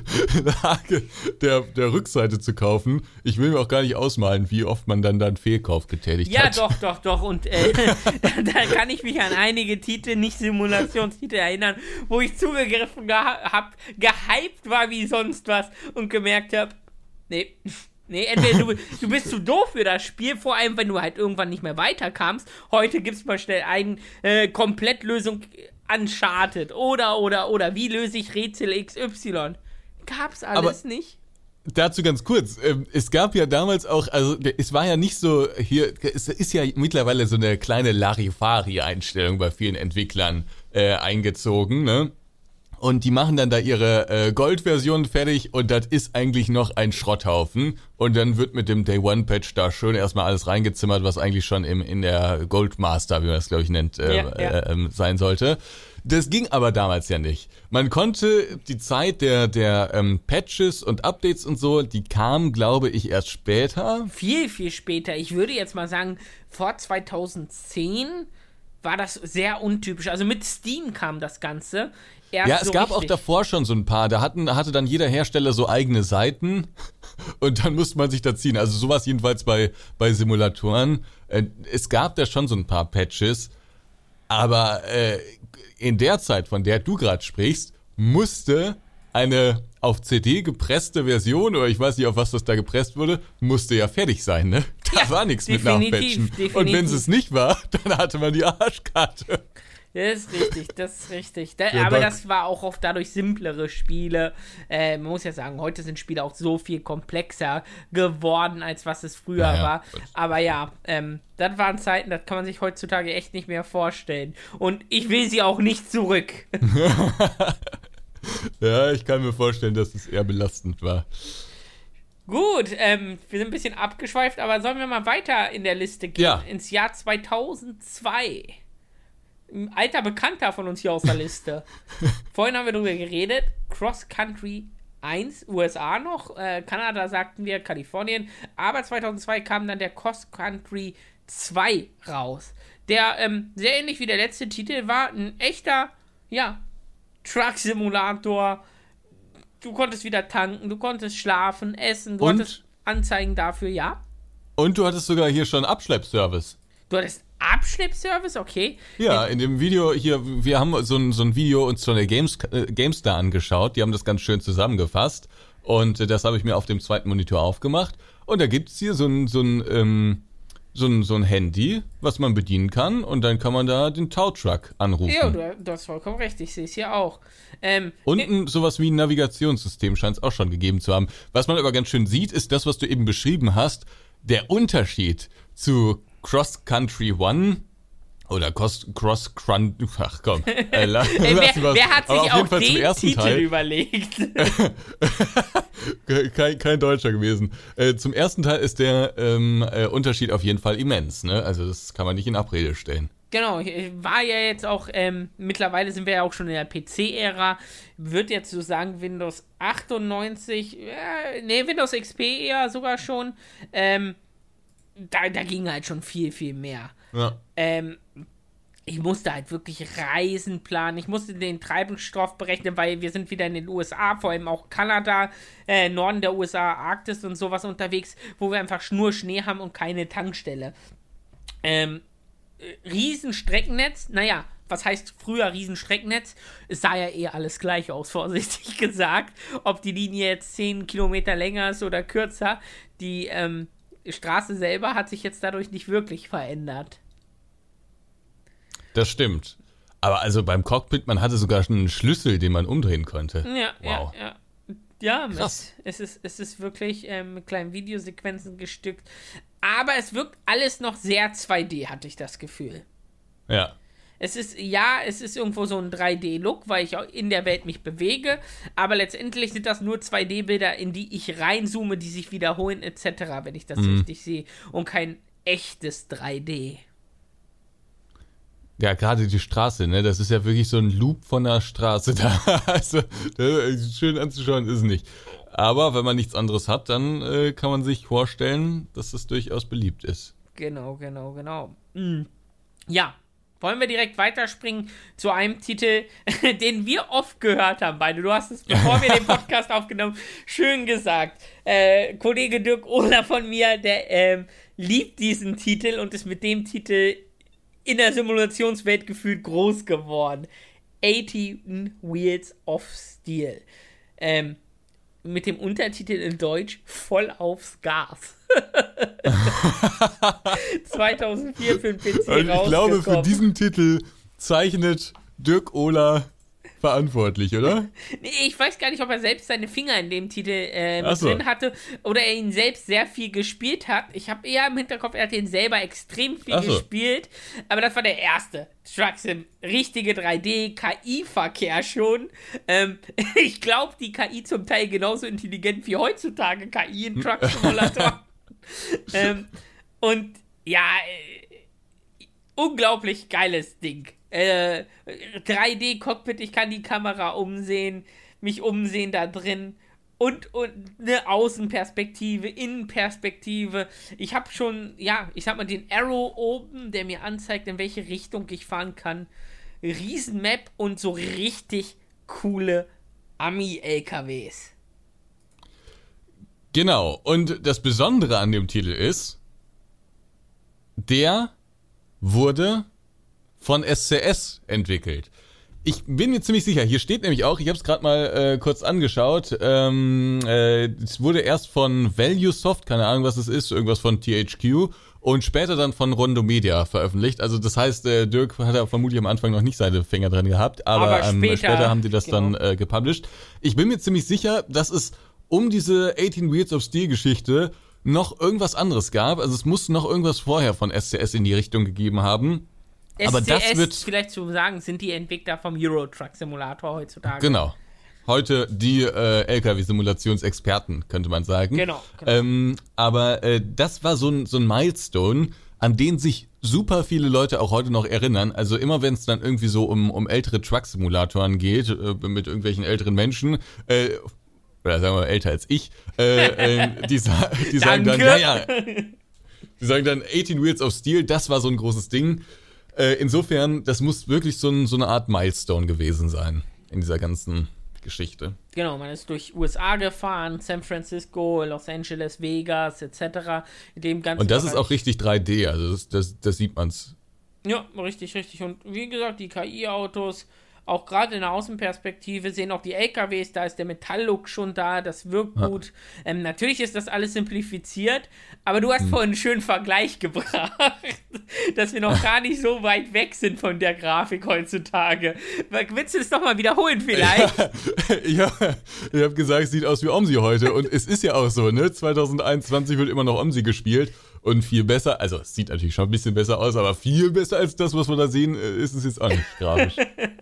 der Rückseite zu kaufen. Ich will mir auch gar nicht ausmalen, wie oft man dann da einen Fehlkauf getätigt hat. Ja, doch. Und da kann ich mich an einige Titel, nicht Simulationstitel erinnern, wo ich zugegriffen habe, gehypt war wie sonst was und gemerkt habe, nee, entweder du bist zu doof für das Spiel, vor allem, wenn du halt irgendwann nicht mehr weiterkamst. Heute gibt's mal schnell eine Komplettlösung Uncharted oder wie löse ich Rätsel XY. Gab's alles nicht. Dazu ganz kurz, es gab ja damals auch, also es war ja nicht so, es ist ja mittlerweile so eine kleine Larifari-Einstellung bei vielen Entwicklern eingezogen, ne? Und die machen dann da ihre Gold-Version fertig und das ist eigentlich noch ein Schrotthaufen. Und dann wird mit dem Day-One-Patch da schön erstmal alles reingezimmert, was eigentlich schon in der Goldmaster, wie man das glaube ich nennt, sein sollte. Das ging aber damals ja nicht. Man konnte die Zeit der Patches und Updates und so, die kamen, glaube ich, erst später. Viel, viel später. Ich würde jetzt mal sagen, vor 2010 war das sehr untypisch. Also mit Steam kam das Ganze. Ja, es gab auch davor schon so ein paar. Da hatte dann jeder Hersteller so eigene Seiten und dann musste man sich da ziehen. Also sowas jedenfalls bei Simulatoren. Es gab da schon so ein paar Patches, aber in der Zeit, von der du gerade sprichst, musste eine auf CD gepresste Version, oder ich weiß nicht, auf was das da gepresst wurde, musste ja fertig sein, ne? Da war nichts mit Nachpatchen. Und wenn es nicht war, dann hatte man die Arschkarte. Das ist richtig. Aber das war auch oft dadurch simplere Spiele. Man muss ja sagen, heute sind Spiele auch so viel komplexer geworden, als was es früher war. Aber ja, das waren Zeiten, das kann man sich heutzutage echt nicht mehr vorstellen. Und ich will sie auch nicht zurück. Ja, ich kann mir vorstellen, dass es eher belastend war. Gut, wir sind ein bisschen abgeschweift, aber sollen wir mal weiter in der Liste gehen? Ja. Ins Jahr 2002. Ein alter Bekannter von uns hier aus der Liste. Vorhin haben wir darüber geredet. Cross Country 1, USA noch. Kanada sagten wir, Kalifornien. Aber 2002 kam dann der Cross Country 2 raus. Der sehr ähnlich wie der letzte Titel war. Ein echter, Truck-Simulator. Du konntest wieder tanken, du konntest schlafen, essen, du hattest Anzeigen dafür, ja. Und du hattest sogar hier schon Abschleppservice. Du hattest Abschleppservice, okay. Ja, in dem Video hier, wir haben so ein Video uns von der GameStar angeschaut, die haben das ganz schön zusammengefasst und das habe ich mir auf dem zweiten Monitor aufgemacht und da gibt's hier so ein Handy, was man bedienen kann und dann kann man da den Tow-Truck anrufen. Ja, du hast vollkommen recht, ich sehe es hier auch. Und sowas wie ein Navigationssystem scheint es auch schon gegeben zu haben. Was man aber ganz schön sieht, ist das, was du eben beschrieben hast, der Unterschied zu Cross Country 1 oder Cross Country, ach komm. Wer hat sich auch den Titel überlegt? kein Deutscher gewesen. Zum ersten Teil ist der Unterschied auf jeden Fall immens, ne? Also das kann man nicht in Abrede stellen. Genau, war ja jetzt auch, mittlerweile sind wir ja auch schon in der PC-Ära, würde jetzt so sagen Windows 98, Windows XP eher sogar schon, da ging halt schon viel, viel mehr. Ja. Ich musste halt wirklich Reisen planen, ich musste den Treibstoff berechnen, weil wir sind wieder in den USA, vor allem auch Kanada, Norden der USA, Arktis und sowas unterwegs, wo wir einfach nur Schnee haben und keine Tankstelle. Riesenstreckennetz, naja, was heißt früher Riesenstreckennetz? Es sah ja eh alles gleich aus, vorsichtig gesagt. Ob die Linie jetzt 10 Kilometer länger ist oder kürzer, die Straße selber hat sich jetzt dadurch nicht wirklich verändert. Das stimmt. Aber also beim Cockpit, man hatte sogar schon einen Schlüssel, den man umdrehen konnte. Ja, wow. Ja, krass. Es ist wirklich mit kleinen Videosequenzen gestückt. Aber es wirkt alles noch sehr 2D, hatte ich das Gefühl. Ja. Es ist irgendwo so ein 3D-Look, weil ich auch in der Welt mich bewege, aber letztendlich sind das nur 2D-Bilder, in die ich reinzoome, die sich wiederholen, etc., wenn ich das richtig sehe, und kein echtes 3D. Ja, gerade die Straße, ne, das ist ja wirklich so ein Loop von der Straße da. Also, schön anzuschauen ist nicht. Aber wenn man nichts anderes hat, dann kann man sich vorstellen, dass das durchaus beliebt ist. Genau. Ja. Wollen wir direkt weiterspringen zu einem Titel, den wir oft gehört haben, beide. Du hast es, bevor wir den Podcast aufgenommen, schön gesagt. Kollege Dirk Ohler von mir, der liebt diesen Titel und ist mit dem Titel in der Simulationswelt gefühlt groß geworden. 18 Wheels of Steel. Mit dem Untertitel in Deutsch Voll aufs Gas. 2004 für den PC rausgekommen. Und ich glaube, für diesen Titel zeichnet Dirk Ohler verantwortlich, oder? Nee, ich weiß gar nicht, ob er selbst seine Finger in dem Titel mit drin hatte oder er ihn selbst sehr viel gespielt hat. Ich habe eher im Hinterkopf, er hat ihn selber extrem viel gespielt, aber das war der erste Truck-Sim. Richtige 3D, KI-Verkehr schon. Ich glaube, die KI zum Teil genauso intelligent wie heutzutage KI in Truck-Simulator. Und ja, unglaublich geiles Ding. 3D-Cockpit, ich kann die Kamera umsehen, mich umsehen da drin und eine Außenperspektive, Innenperspektive. Ich habe schon, ich sag mal, den Arrow oben, der mir anzeigt, in welche Richtung ich fahren kann. Riesenmap und so richtig coole Ami-LKWs. Genau, und das Besondere an dem Titel ist, der wurde von SCS entwickelt. Ich bin mir ziemlich sicher, hier steht nämlich auch, ich habe es gerade mal kurz angeschaut, es wurde erst von ValueSoft, keine Ahnung was es ist, irgendwas von THQ und später dann von Rondo Media veröffentlicht. Also das heißt, Dirk hat ja vermutlich am Anfang noch nicht seine Finger drin gehabt, aber später haben die das dann gepublished. Ich bin mir ziemlich sicher, dass es um diese 18 Wheels of Steel Geschichte noch irgendwas anderes gab. Also es muss noch irgendwas vorher von SCS in die Richtung gegeben haben. Aber das wird vielleicht zu sagen, sind die Entwickler vom Euro Truck Simulator heutzutage. Genau. Heute die LKW-Simulationsexperten, könnte man sagen. Genau. Aber das war so ein Milestone, an den sich super viele Leute auch heute noch erinnern. Also immer wenn es dann irgendwie so um ältere Truck-Simulatoren geht, mit irgendwelchen älteren Menschen, oder sagen wir älter als ich, die sagen dann, die sagen dann 18 Wheels of Steel, das war so ein großes Ding. Insofern, das muss wirklich so eine Art Milestone gewesen sein in dieser ganzen Geschichte. Genau, man ist durch USA gefahren, San Francisco, Los Angeles, Vegas etc. Und das ist auch richtig 3D, also das sieht man's. Ja, richtig. Und wie gesagt, die KI-Autos, auch gerade in der Außenperspektive, sehen auch die LKWs, da ist der Metalllook schon da, das wirkt gut. Natürlich ist das alles simplifiziert, aber du hast vorhin einen schönen Vergleich gebracht, dass wir noch gar nicht so weit weg sind von der Grafik heutzutage. Willst du das nochmal wiederholen vielleicht? Ja, ich habe gesagt, es sieht aus wie OMSI heute und es ist ja auch so, ne? 2021 wird immer noch OMSI gespielt. Und viel besser, also es sieht natürlich schon ein bisschen besser aus, aber viel besser als das, was wir da sehen, ist es jetzt auch nicht grafisch.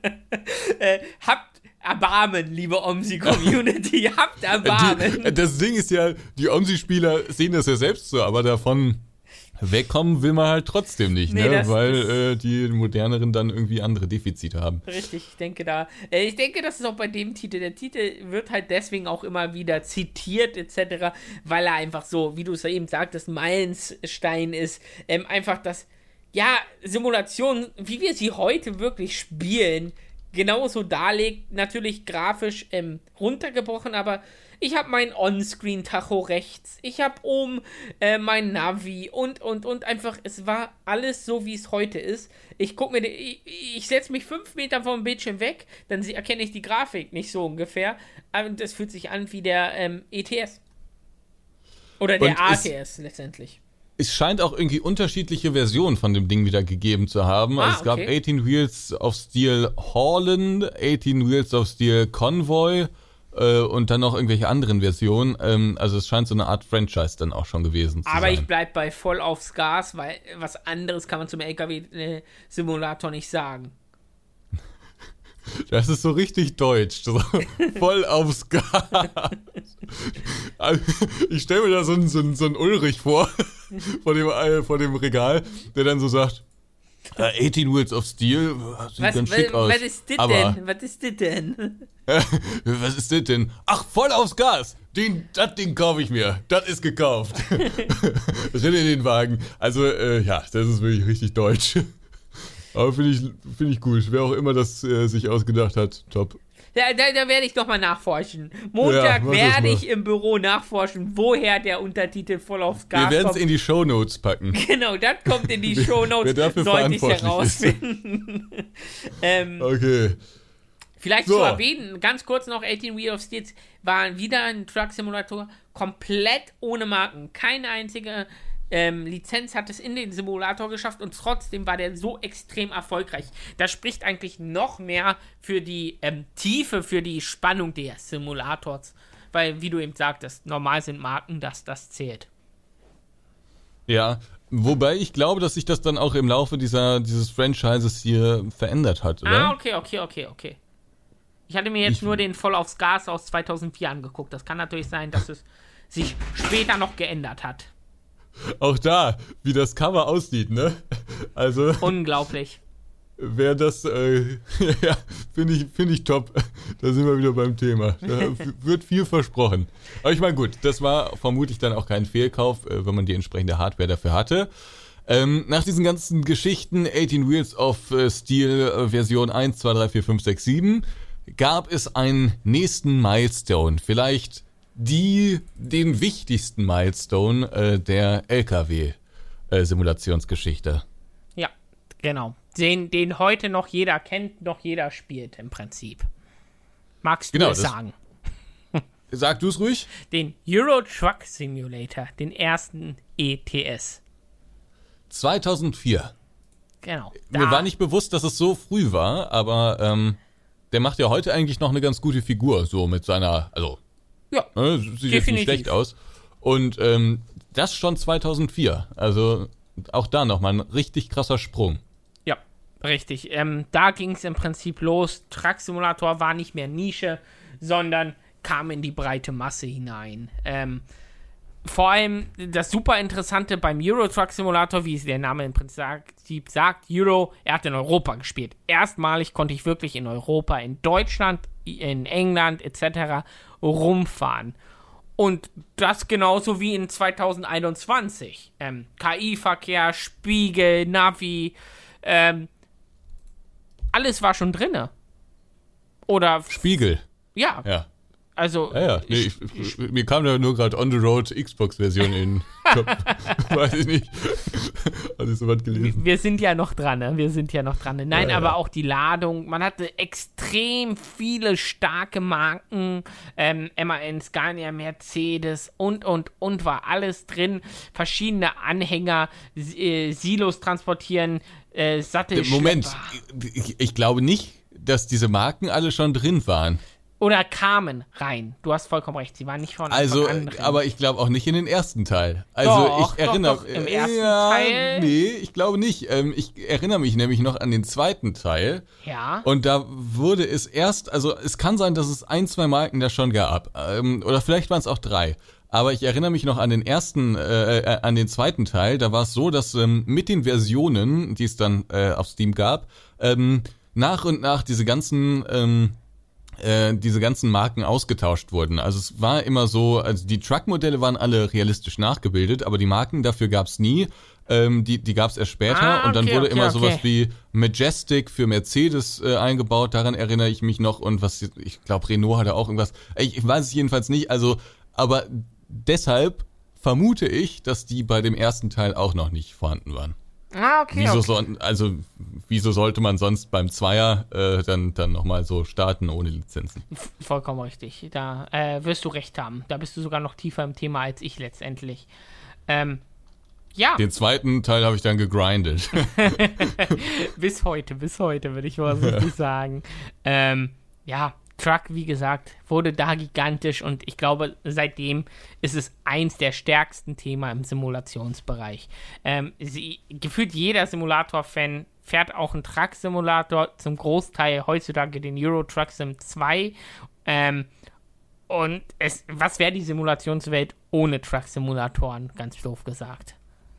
Habt Erbarmen, liebe OMSI-Community, habt Erbarmen. Das Ding ist ja, die OMSI-Spieler sehen das ja selbst so, aber davon wegkommen will man halt trotzdem nicht, ne? Weil die moderneren dann irgendwie andere Defizite haben. Richtig, ich denke, das ist auch bei dem Titel. Der Titel wird halt deswegen auch immer wieder zitiert etc., weil er einfach so, wie du es ja eben sagtest, Meilenstein ist. Einfach das, Simulation, wie wir sie heute wirklich spielen, genauso darlegt, natürlich grafisch runtergebrochen, aber Ich habe mein On-Screen-Tacho rechts. Ich habe oben mein Navi und einfach, es war alles so, wie es heute ist. Ich setze mich 5 Meter vom Bildschirm weg, dann erkenne ich die Grafik nicht so ungefähr. Und das fühlt sich an wie der ETS. Oder der ATS letztendlich. Es scheint auch irgendwie unterschiedliche Versionen von dem Ding wieder gegeben zu haben. Also es gab 18 Wheels of Steel Holland, 18 Wheels of Steel Convoy und dann noch irgendwelche anderen Versionen. Also es scheint so eine Art Franchise dann auch schon gewesen zu sein. Aber ich bleib bei voll aufs Gas, weil was anderes kann man zum LKW-Simulator nicht sagen. Das ist so richtig deutsch. So voll aufs Gas. Ich stelle mir da so einen Ulrich vor dem Regal, der dann so sagt, 18 Wheels of Steel, sieht ganz schick aus. Was ist das denn? Was ist das denn? Ach, voll aufs Gas. Das Ding kaufe ich mir. Das ist gekauft. Renn in den Wagen. Also, das ist wirklich richtig deutsch. Aber finde ich cool. Wer auch immer das sich ausgedacht hat, top. Da werde ich doch mal nachforschen. Montag werde ich im Büro nachforschen, woher der Untertitel voll aufs Gas kommt. Wir werden es in die Shownotes packen. Genau, das kommt in die Shownotes. Wer dafür sollte ich verantwortlich herausfinden. Okay. Vielleicht zu erwähnen, ganz kurz noch, 18 Wheels of Steel war wieder ein Truck-Simulator, komplett ohne Marken. Keine einzige Lizenz hat es in den Simulator geschafft und trotzdem war der so extrem erfolgreich. Das spricht eigentlich noch mehr für die Tiefe, für die Spannung des Simulators. Weil, wie du eben sagtest, normal sind Marken, dass das zählt. Ja, wobei ich glaube, dass sich das dann auch im Laufe dieses Franchises hier verändert hat, oder? Ah, okay. Ich hatte mir jetzt nur den Voll aufs Gas aus 2004 angeguckt. Das kann natürlich sein, dass es sich später noch geändert hat. Auch da, wie das Cover aussieht, ne? Also. Unglaublich. Wer das, ja, finde ich top. Da sind wir wieder beim Thema. Da wird viel versprochen. Aber ich meine, gut, das war vermutlich dann auch kein Fehlkauf, wenn man die entsprechende Hardware dafür hatte. Nach diesen ganzen Geschichten, 18 Wheels of Steel Version 1, 2, 3, 4, 5, 6, 7, gab es einen nächsten Milestone. Vielleicht den wichtigsten Milestone der LKW-Simulationsgeschichte. Ja, genau. Den heute noch jeder kennt, noch jeder spielt im Prinzip. Magst du es sagen? Sag du es ruhig. Den Euro Truck Simulator, den ersten ETS. 2004. Genau. Mir war nicht bewusst, dass es so früh war, aber der macht ja heute eigentlich noch eine ganz gute Figur, so mit seiner, also ja, sieht jetzt nicht schlecht aus. Und das schon 2004. Also auch da nochmal ein richtig krasser Sprung. Ja, richtig. Da ging es im Prinzip los. Truck Simulator war nicht mehr Nische, sondern kam in die breite Masse hinein. Vor allem das super Interessante beim Euro Truck Simulator, wie es der Name im Prinzip sagt, Euro, er hat in Europa gespielt. Erstmalig konnte ich wirklich in Europa, in Deutschland, in England etc. rumfahren. Und das genauso wie in 2021. KI-Verkehr, Spiegel, Navi, alles war schon drinne. Oder Spiegel. Ja. Also. Ja. Nee, mir kam da nur gerade On the Road Xbox-Version in. Weiß ich nicht. Hast du so was gelesen? Wir sind ja noch dran, ne? Nein, aber auch die Ladung. Man hatte extrem viele starke Marken. MAN, Scania, Mercedes und war alles drin. Verschiedene Anhänger, Silos transportieren, Sattelschlepper. Moment, ich glaube nicht, dass diese Marken alle schon drin waren. Oder kamen rein. Du hast vollkommen recht, sie waren nicht von anderen. Aber ich glaube auch nicht in den ersten Teil. Doch, im ersten Teil. Nee, ich glaube nicht. Ich erinnere mich nämlich noch an den zweiten Teil. Ja. Und da wurde es erst, also es kann sein, dass es 1, 2 Marken da schon gab. Oder vielleicht waren es auch 3. Aber ich erinnere mich noch an den an den zweiten Teil. Da war es so, dass mit den Versionen, die es dann auf Steam gab, nach und nach diese ganzen diese ganzen Marken ausgetauscht wurden. Also es war immer so, also die Truck-Modelle waren alle realistisch nachgebildet, aber die Marken dafür gab's nie. Die gab's erst später und dann wurde immer sowas wie Majestic für Mercedes eingebaut, daran erinnere ich mich noch, und was, ich glaube Renault hatte auch irgendwas, ich weiß es jedenfalls nicht, also, aber deshalb vermute ich, dass die bei dem ersten Teil auch noch nicht vorhanden waren. Okay. Wieso sollte man sonst beim Zweier dann nochmal so starten ohne Lizenzen? Vollkommen richtig. Da wirst du recht haben. Da bist du sogar noch tiefer im Thema als ich letztendlich. Ja. Den zweiten Teil habe ich dann gegrindet. bis heute würde ich vorsichtig sagen. Ja, Truck, wie gesagt, wurde da gigantisch und ich glaube, seitdem ist es eins der stärksten Themen im Simulationsbereich. Gefühlt jeder Simulator-Fan fährt auch einen Truck-Simulator, zum Großteil heutzutage den Euro Truck Sim 2. Und was wäre die Simulationswelt ohne Truck-Simulatoren, ganz doof gesagt.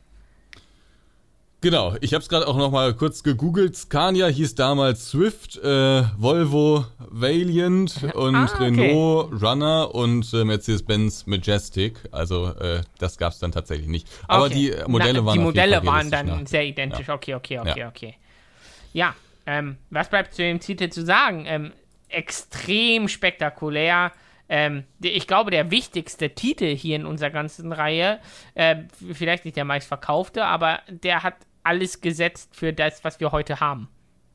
Genau, ich habe es gerade auch noch mal kurz gegoogelt. Scania hieß damals Swift, Volvo Valiant und Renault Runner und Mercedes-Benz Majestic. Also das gab es dann tatsächlich nicht. Aber die Modelle waren dann sehr identisch. Ja. Okay. Ja, was bleibt zu dem Titel zu sagen? Extrem spektakulär. Ich glaube, der wichtigste Titel hier in unserer ganzen Reihe, vielleicht nicht der meistverkaufte, aber der hat alles gesetzt für das, was wir heute haben.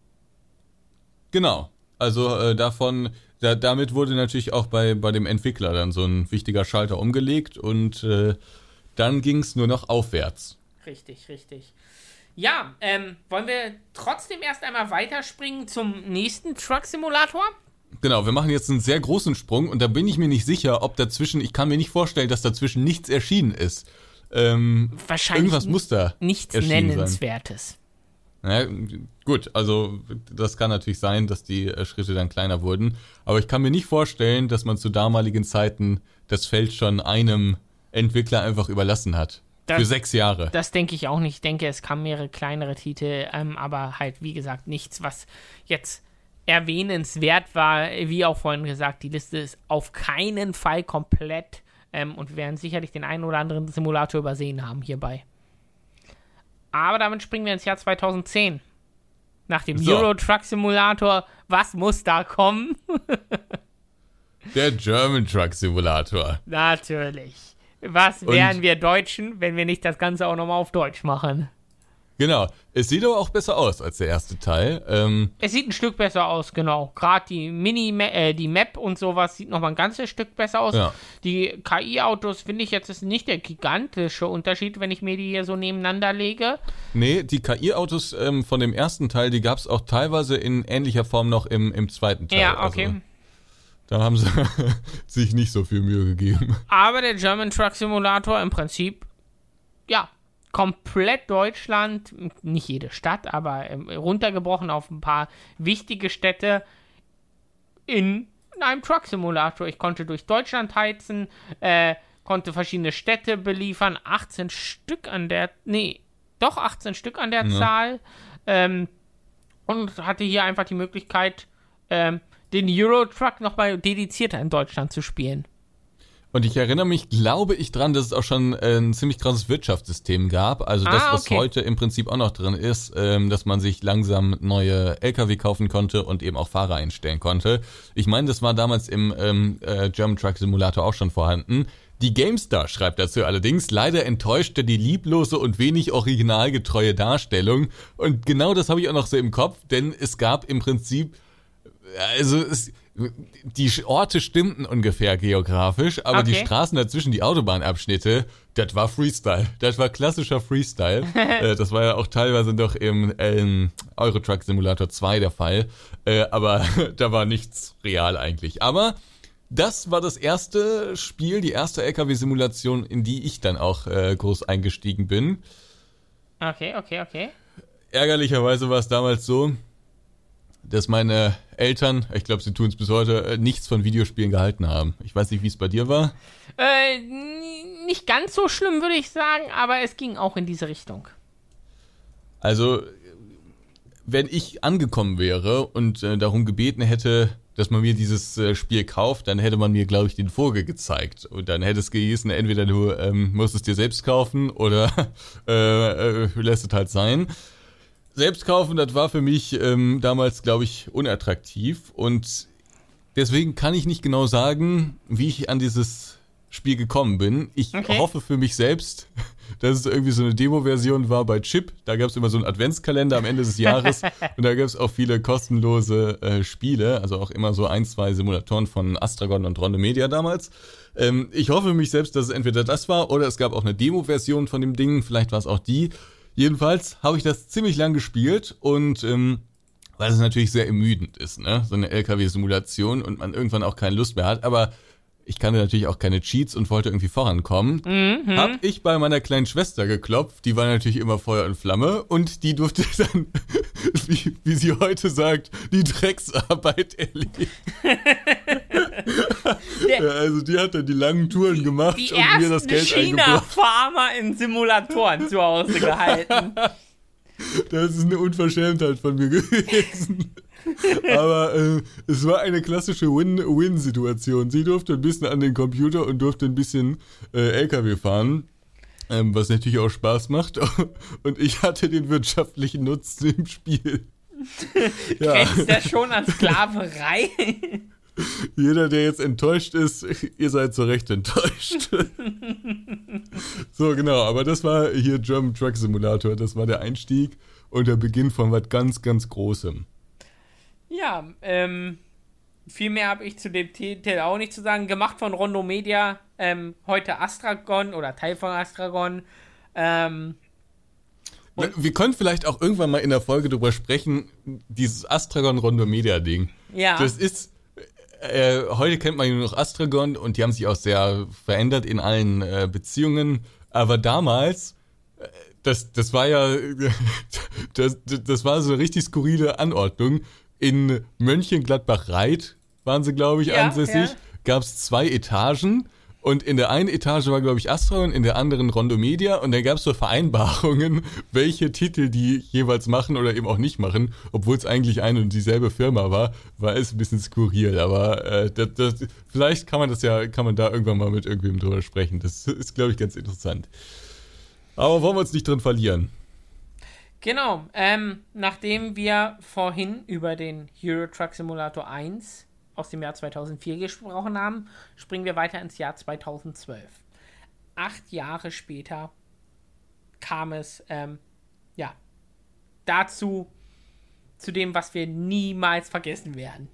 Genau. Also damit wurde natürlich auch bei dem Entwickler dann so ein wichtiger Schalter umgelegt und dann ging es nur noch aufwärts. Richtig. Ja, wollen wir trotzdem erst einmal weiterspringen zum nächsten Truck-Simulator? Genau, wir machen jetzt einen sehr großen Sprung und da bin ich mir nicht sicher, ob dazwischen, ich kann mir nicht vorstellen, dass dazwischen nichts erschienen ist. Wahrscheinlich irgendwas muss da nichts Nennenswertes. Ja, gut, also das kann natürlich sein, dass die Schritte dann kleiner wurden, aber ich kann mir nicht vorstellen, dass man zu damaligen Zeiten das Feld schon einem Entwickler einfach überlassen hat. Für 6 Jahre. Das denke ich auch nicht. Ich denke, es kamen mehrere kleinere Titel, aber halt, wie gesagt, nichts, was jetzt erwähnenswert war. Wie auch vorhin gesagt, die Liste ist auf keinen Fall komplett und wir werden sicherlich den einen oder anderen Simulator übersehen haben hierbei. Aber damit springen wir ins Jahr 2010. Nach dem Euro Truck Simulator, was muss da kommen? Der German Truck Simulator. Natürlich. Was wären wir Deutschen, wenn wir nicht das Ganze auch nochmal auf Deutsch machen? Genau. Es sieht aber auch besser aus als der erste Teil. Es sieht ein Stück besser aus, genau. Gerade die Map und sowas sieht nochmal ein ganzes Stück besser aus. Ja. Die KI-Autos finde ich jetzt ist nicht der gigantische Unterschied, wenn ich mir die hier so nebeneinander lege. Nee, die KI-Autos von dem ersten Teil, die gab es auch teilweise in ähnlicher Form noch im zweiten Teil. Ja, okay. Also, da haben sie sich nicht so viel Mühe gegeben. Aber der German Truck Simulator im Prinzip, ja, komplett Deutschland, nicht jede Stadt, aber runtergebrochen auf ein paar wichtige Städte in einem Truck Simulator. Ich konnte durch Deutschland heizen, konnte verschiedene Städte beliefern, 18 Stück an der Zahl, und hatte hier einfach die Möglichkeit, den Euro Truck nochmal dedizierter in Deutschland zu spielen. Und ich erinnere mich, glaube ich, dran, dass es auch schon ein ziemlich krasses Wirtschaftssystem gab. Also das, was heute im Prinzip auch noch drin ist, dass man sich langsam neue LKW kaufen konnte und eben auch Fahrer einstellen konnte. Ich meine, das war damals im German Truck Simulator auch schon vorhanden. Die GameStar schreibt dazu allerdings, leider enttäuschte die lieblose und wenig originalgetreue Darstellung. Und genau das habe ich auch noch so im Kopf, denn es gab im Prinzip, die Orte stimmten ungefähr geografisch, aber die Straßen dazwischen, die Autobahnabschnitte, das war Freestyle. Das war klassischer Freestyle. Das war ja auch teilweise noch im Euro Truck Simulator 2 der Fall. Aber da war nichts real eigentlich. Aber das war das erste Spiel, die erste LKW-Simulation, in die ich dann auch groß eingestiegen bin. Okay. Ärgerlicherweise war es damals so, dass meine Eltern, ich glaube, sie tun es bis heute, nichts von Videospielen gehalten haben. Ich weiß nicht, wie es bei dir war. Nicht ganz so schlimm, würde ich sagen, aber es ging auch in diese Richtung. Also, wenn ich angekommen wäre und darum gebeten hätte, dass man mir dieses Spiel kauft, dann hätte man mir, glaube ich, den Vogel gezeigt. Und dann hätte es gehießen, entweder du musst es dir selbst kaufen oder lässt es halt sein. Selbst kaufen, das war für mich damals, glaube ich, unattraktiv. Und deswegen kann ich nicht genau sagen, wie ich an dieses Spiel gekommen bin. Ich hoffe für mich selbst, dass es irgendwie so eine Demo-Version war bei Chip. Da gab es immer so einen Adventskalender am Ende des Jahres und da gab es auch viele kostenlose Spiele, also auch immer so 1, 2 Simulatoren von Astragon und Rondo Media damals. Ich hoffe für mich selbst, dass es entweder das war oder es gab auch eine Demo-Version von dem Ding, vielleicht war es auch die. Jedenfalls habe ich das ziemlich lang gespielt und weil es natürlich sehr ermüdend ist, ne? So eine LKW-Simulation und man irgendwann auch keine Lust mehr hat, aber ich kannte natürlich auch keine Cheats und wollte irgendwie vorankommen. Hab ich bei meiner kleinen Schwester geklopft, die war natürlich immer Feuer und Flamme und die durfte dann, wie sie heute sagt, die Drecksarbeit erledigen. Also die hat dann die langen Touren gemacht und mir das Geld eingebracht. Die ersten China-Farmer in Simulatoren zu Hause gehalten. Das ist eine Unverschämtheit von mir gewesen. Aber es war eine klassische Win-Win-Situation. Sie durfte ein bisschen an den Computer und durfte ein bisschen LKW fahren, was natürlich auch Spaß macht. Und ich hatte den wirtschaftlichen Nutzen im Spiel. Kennst das schon als Sklaverei? Jeder, der jetzt enttäuscht ist, ihr seid zu Recht enttäuscht. So, genau, aber das war hier German Truck Simulator. Das war der Einstieg und der Beginn von was ganz, ganz Großem. Ja, viel mehr habe ich zu dem Titel auch nicht zu sagen. Gemacht von Rondo Media, heute Astragon oder Teil von Astragon. Wir können vielleicht auch irgendwann mal in der Folge drüber sprechen, dieses Astragon Rondo Media Ding. Ja. Das ist, heute kennt man nur noch Astragon und die haben sich auch sehr verändert in allen Beziehungen. Aber damals, das war ja, das war so eine richtig skurrile Anordnung. In Mönchengladbach-Reit waren sie, glaube ich, ansässig. Gab es 2 Etagen und in der einen Etage war, glaube ich, Astragon, in der anderen Rondo Media und dann gab es so Vereinbarungen, welche Titel die jeweils machen oder eben auch nicht machen, obwohl es eigentlich eine und dieselbe Firma war es ein bisschen skurril, aber vielleicht kann man da irgendwann mal mit irgendwem drüber sprechen. Das ist, glaube ich, ganz interessant. Aber wollen wir uns nicht drin verlieren? Genau, nachdem wir vorhin über den Euro Truck Simulator 1 aus dem Jahr 2004 gesprochen haben, springen wir weiter ins Jahr 2012. 8 Jahre später kam es, dazu, zu dem, was wir niemals vergessen werden.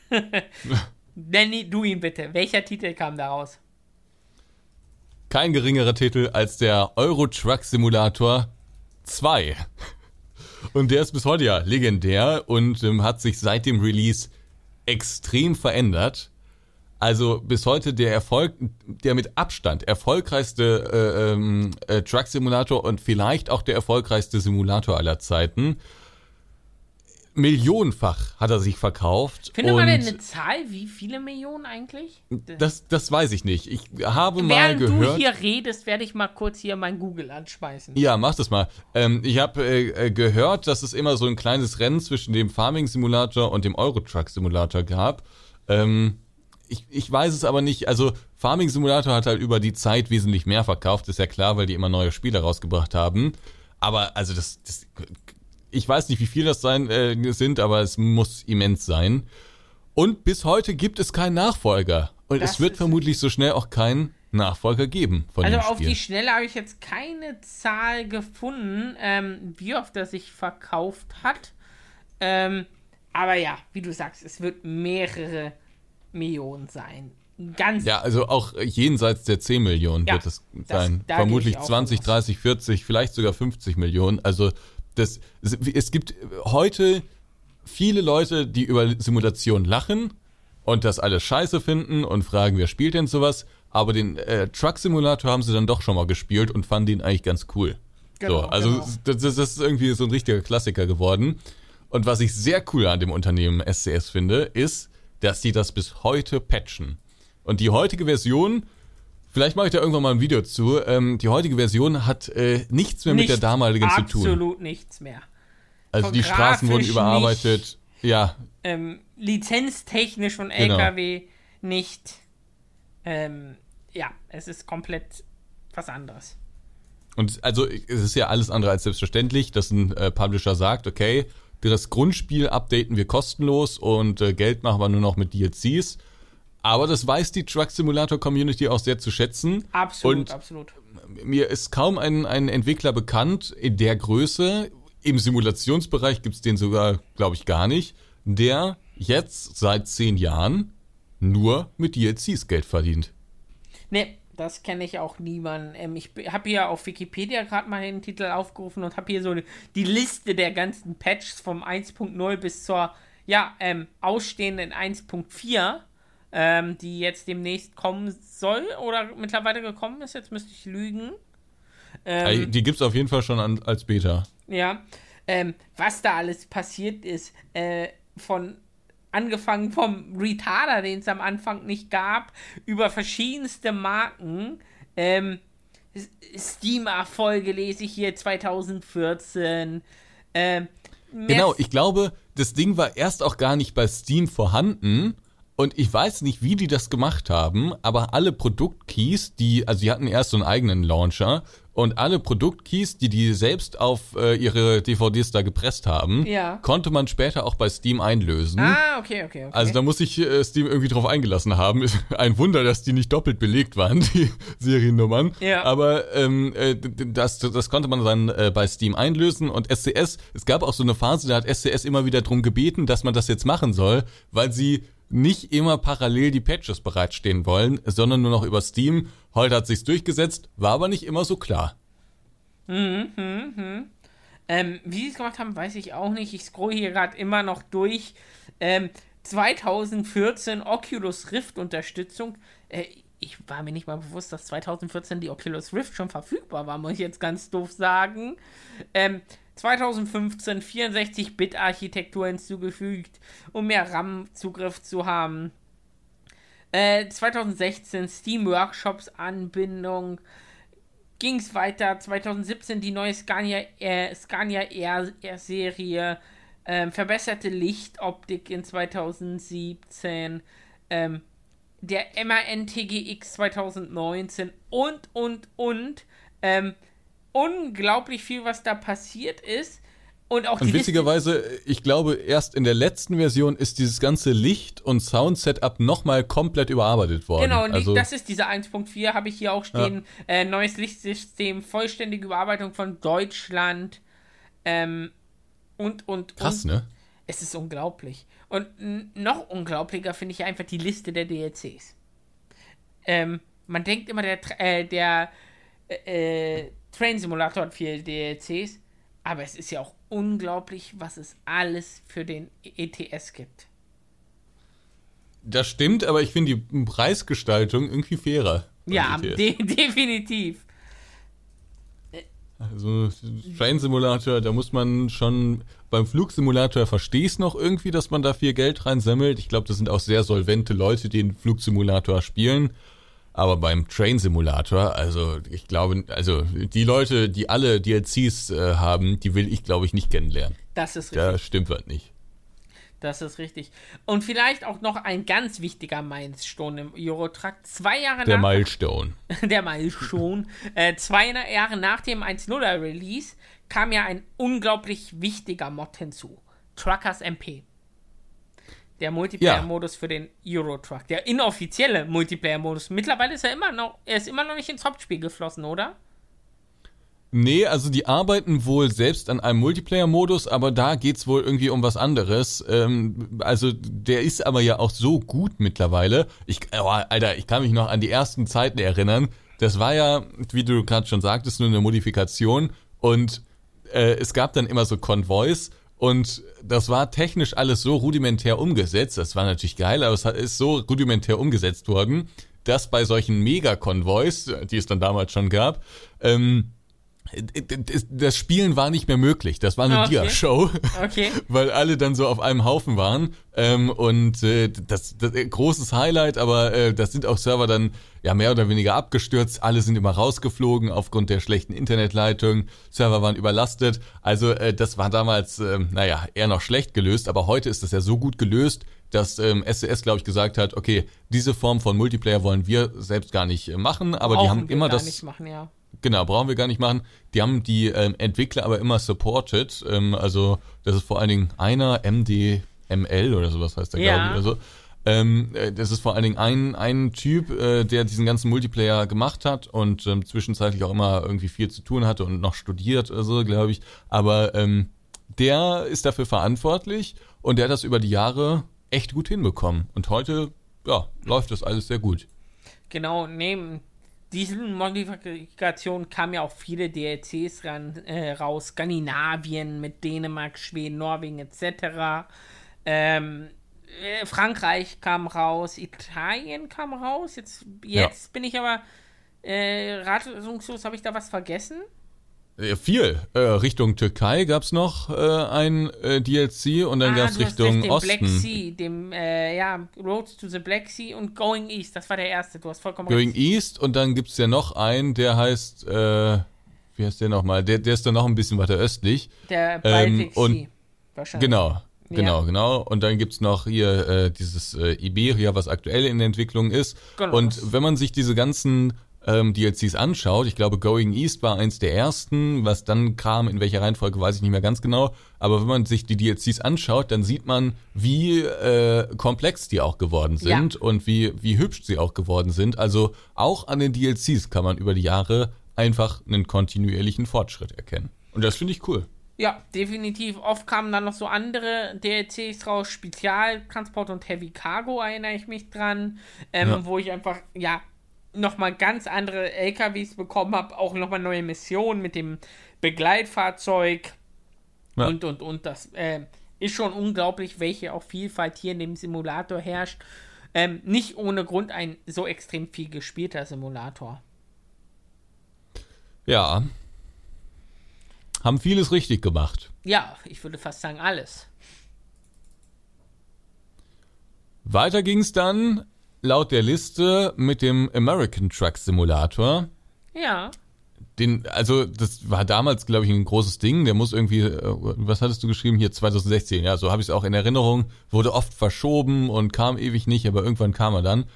Nenn du ihn bitte. Welcher Titel kam da raus? Kein geringerer Titel als der Euro Truck Simulator 2. Und der ist bis heute ja legendär und hat sich seit dem Release extrem verändert. Also bis heute der mit Abstand erfolgreichste Truck Simulator und vielleicht auch der erfolgreichste Simulator aller Zeiten. Millionenfach hat er sich verkauft. Findet man denn eine Zahl? Wie viele Millionen eigentlich? Das weiß ich nicht. Ich habe mal gehört... Während du hier redest, werde ich mal kurz hier mein Google anschmeißen. Ja, mach das mal. Ich habe gehört, dass es immer so ein kleines Rennen zwischen dem Farming Simulator und dem Euro Truck Simulator gab. Ich weiß es aber nicht. Also Farming Simulator hat halt über die Zeit wesentlich mehr verkauft. Ist ja klar, weil die immer neue Spiele rausgebracht haben. Aber also ich weiß nicht, wie viel das sind, aber es muss immens sein. Und bis heute gibt es keinen Nachfolger. Und es wird vermutlich so schnell auch keinen Nachfolger geben von dem Spiel. Also auf die Schnelle habe ich jetzt keine Zahl gefunden, wie oft er sich verkauft hat. Aber ja, wie du sagst, es wird mehrere Millionen sein. Ja, also auch jenseits der 10 Millionen wird es sein. Vermutlich 20, 30, 40, vielleicht sogar 50 Millionen. Also es gibt heute viele Leute, die über Simulation lachen und das alles scheiße finden und fragen, wer spielt denn sowas? Aber den Truck-Simulator haben sie dann doch schon mal gespielt und fanden den eigentlich ganz cool. Genau, so, also genau. Das ist irgendwie so ein richtiger Klassiker geworden. Und was ich sehr cool an dem Unternehmen SCS finde, ist, dass die das bis heute patchen. Und die heutige Version, vielleicht mache ich da irgendwann mal ein Video zu, die heutige Version hat nichts mehr mit der damaligen zu tun. Absolut nichts mehr. Also die Straßen wurden überarbeitet, ja. lizenztechnisch von LKW nicht, es ist komplett was anderes. Und also es ist ja alles andere als selbstverständlich, dass ein Publisher sagt, okay, das Grundspiel updaten wir kostenlos und Geld machen wir nur noch mit DLCs. Aber das weiß die Truck Simulator Community auch sehr zu schätzen. Absolut. Mir ist kaum ein Entwickler bekannt in der Größe, im Simulationsbereich gibt es den sogar, glaube ich, gar nicht, der jetzt seit 10 Jahren nur mit DLCs Geld verdient. Nee, das kenne ich auch niemanden. Ich habe hier auf Wikipedia gerade mal den Titel aufgerufen und habe hier so die Liste der ganzen Patches vom 1.0 bis zur ausstehenden 1.4, die jetzt demnächst kommen soll oder mittlerweile gekommen ist. Jetzt müsste ich lügen. Die gibt es auf jeden Fall schon als Beta. Ja, was da alles passiert ist, angefangen vom Retarder, den es am Anfang nicht gab, über verschiedenste Marken. Steam-Erfolge lese ich hier 2014. Genau, ich glaube, das Ding war erst auch gar nicht bei Steam vorhanden. Und ich weiß nicht, wie die das gemacht haben, aber alle Produktkeys, die hatten erst so einen eigenen Launcher und alle Produktkeys, die selbst auf ihre DVDs da gepresst haben, konnte man später auch bei Steam einlösen. Ah, okay. Also da muss sich Steam irgendwie drauf eingelassen haben. Ist ein Wunder, dass die nicht doppelt belegt waren, die Seriennummern. Ja. Aber das konnte man dann bei Steam einlösen und SCS, es gab auch so eine Phase, da hat SCS immer wieder drum gebeten, dass man das jetzt machen soll, weil sie nicht immer parallel die Patches bereitstehen wollen, sondern nur noch über Steam. Heute hat sich's durchgesetzt, war aber nicht immer so klar. Wie sie es gemacht haben, weiß ich auch nicht. Ich scroll hier gerade immer noch durch. 2014 Oculus Rift Unterstützung. Ich war mir nicht mal bewusst, dass 2014 die Oculus Rift schon verfügbar war, muss ich jetzt ganz doof sagen. 2015 64-Bit-Architektur hinzugefügt, um mehr RAM-Zugriff zu haben. 2016 Steam-Workshops-Anbindung. Ging es weiter. 2017 die neue Scania R-Serie. Verbesserte Lichtoptik in 2017. Der MAN TGX 2019 und. Unglaublich viel, was da passiert ist. Und witzigerweise, ich glaube, erst in der letzten Version ist dieses ganze Licht- und Sound-Setup nochmal komplett überarbeitet worden. Genau, und das ist diese 1.4, habe ich hier auch stehen. Ja. Neues Lichtsystem, vollständige Überarbeitung von Deutschland. Krass, ne? Es ist unglaublich. Und noch unglaublicher finde ich einfach die Liste der DLCs. Man denkt immer, der Train Simulator hat 4 DLCs, aber es ist ja auch unglaublich, was es alles für den ETS gibt. Das stimmt, aber ich finde die Preisgestaltung irgendwie fairer. Ja, definitiv. Also Train Simulator, da muss man schon, beim Flugsimulator verstehe ich es noch irgendwie, dass man da viel Geld reinsammelt. Ich glaube, das sind auch sehr solvente Leute, die den Flugsimulator spielen. Aber beim Train Simulator, also ich glaube, die Leute, die alle DLCs haben, die will ich, glaube ich, nicht kennenlernen. Das ist richtig. Da stimmt was nicht. Das ist richtig. Und vielleicht auch noch ein ganz wichtiger Milestone im Eurotruck. 2 Jahre der Milestone. 2 Jahre nach dem 1.0er Release kam ja ein unglaublich wichtiger Mod hinzu. Truckers MP. Der Multiplayer-Modus für den Eurotruck. Der inoffizielle Multiplayer-Modus. Mittlerweile ist er immer noch nicht ins Hauptspiel geflossen, oder? Nee, also die arbeiten wohl selbst an einem Multiplayer-Modus, aber da geht's wohl irgendwie um was anderes. Also der ist aber ja auch so gut mittlerweile. Alter, ich kann mich noch an die ersten Zeiten erinnern. Das war ja, wie du gerade schon sagtest, nur eine Modifikation. Und es gab dann immer so Konvois. Und das war technisch alles so rudimentär umgesetzt. Das war natürlich geil, aber es ist so rudimentär umgesetzt worden, dass bei solchen Mega-Konvois, die es dann damals schon gab, Das Spielen war nicht mehr möglich. Das war eine Dia-Show, weil alle dann so auf einem Haufen waren. Das großes Highlight, aber das sind auch Server dann ja mehr oder weniger abgestürzt. Alle sind immer rausgeflogen aufgrund der schlechten Internetleitung. Server waren überlastet. Also das war damals, eher noch schlecht gelöst. Aber heute ist das ja so gut gelöst, dass SCS, glaube ich, gesagt hat, okay, diese Form von Multiplayer wollen wir selbst gar nicht machen. Aber die haben immer das... Nicht machen, ja. Genau, brauchen wir gar nicht machen. Die haben die Entwickler aber immer supported. Also das ist vor allen Dingen einer, MDML oder sowas heißt der, glaube ich, oder so. Das ist vor allen Dingen ein Typ, der diesen ganzen Multiplayer gemacht hat und zwischenzeitlich auch immer irgendwie viel zu tun hatte und noch studiert oder so, glaube ich. Aber der ist dafür verantwortlich und der hat das über die Jahre echt gut hinbekommen. Und heute, läuft das alles sehr gut. Genau, neben diesen Modifikationen kamen ja auch viele DLCs raus. Skandinavien mit Dänemark, Schweden, Norwegen etc. Frankreich kam raus, Italien kam raus. Jetzt bin ich aber ratungslos, habe ich da was vergessen? Viel. Richtung Türkei gab's noch ein DLC und dann gab's Richtung Osten. Black Sea, Road to the Black Sea und Going East, das war der erste, du hast vollkommen recht. Going East und dann gibt's ja noch einen, der heißt, wie heißt der nochmal? Der ist dann noch ein bisschen weiter östlich. Der Baltic Sea, wahrscheinlich. Genau. Und dann gibt's noch hier dieses Iberia, was aktuell in der Entwicklung ist. Genau. Und wenn man sich diese ganzen DLCs anschaut, ich glaube Going East war eins der ersten, was dann kam, in welcher Reihenfolge, weiß ich nicht mehr ganz genau, aber wenn man sich die DLCs anschaut, dann sieht man, wie komplex die auch geworden sind und wie hübsch sie auch geworden sind. Also auch an den DLCs kann man über die Jahre einfach einen kontinuierlichen Fortschritt erkennen. Und das finde ich cool. Ja, definitiv. Oft kamen dann noch so andere DLCs raus, Spezialtransport und Heavy Cargo, erinnere ich mich dran, wo ich einfach, nochmal ganz andere LKWs bekommen habe, auch nochmal neue Missionen mit dem Begleitfahrzeug und. Das ist schon unglaublich, welche auch Vielfalt hier in dem Simulator herrscht. Nicht ohne Grund ein so extrem viel gespielter Simulator. Ja. Haben vieles richtig gemacht. Ja, ich würde fast sagen alles. Weiter ging's dann laut der Liste mit dem American Truck Simulator. Ja. Das war damals, glaube ich, ein großes Ding. Der muss irgendwie, was hattest du geschrieben? Hier 2016. Ja, so habe ich es auch in Erinnerung. Wurde oft verschoben und kam ewig nicht, aber irgendwann kam er dann.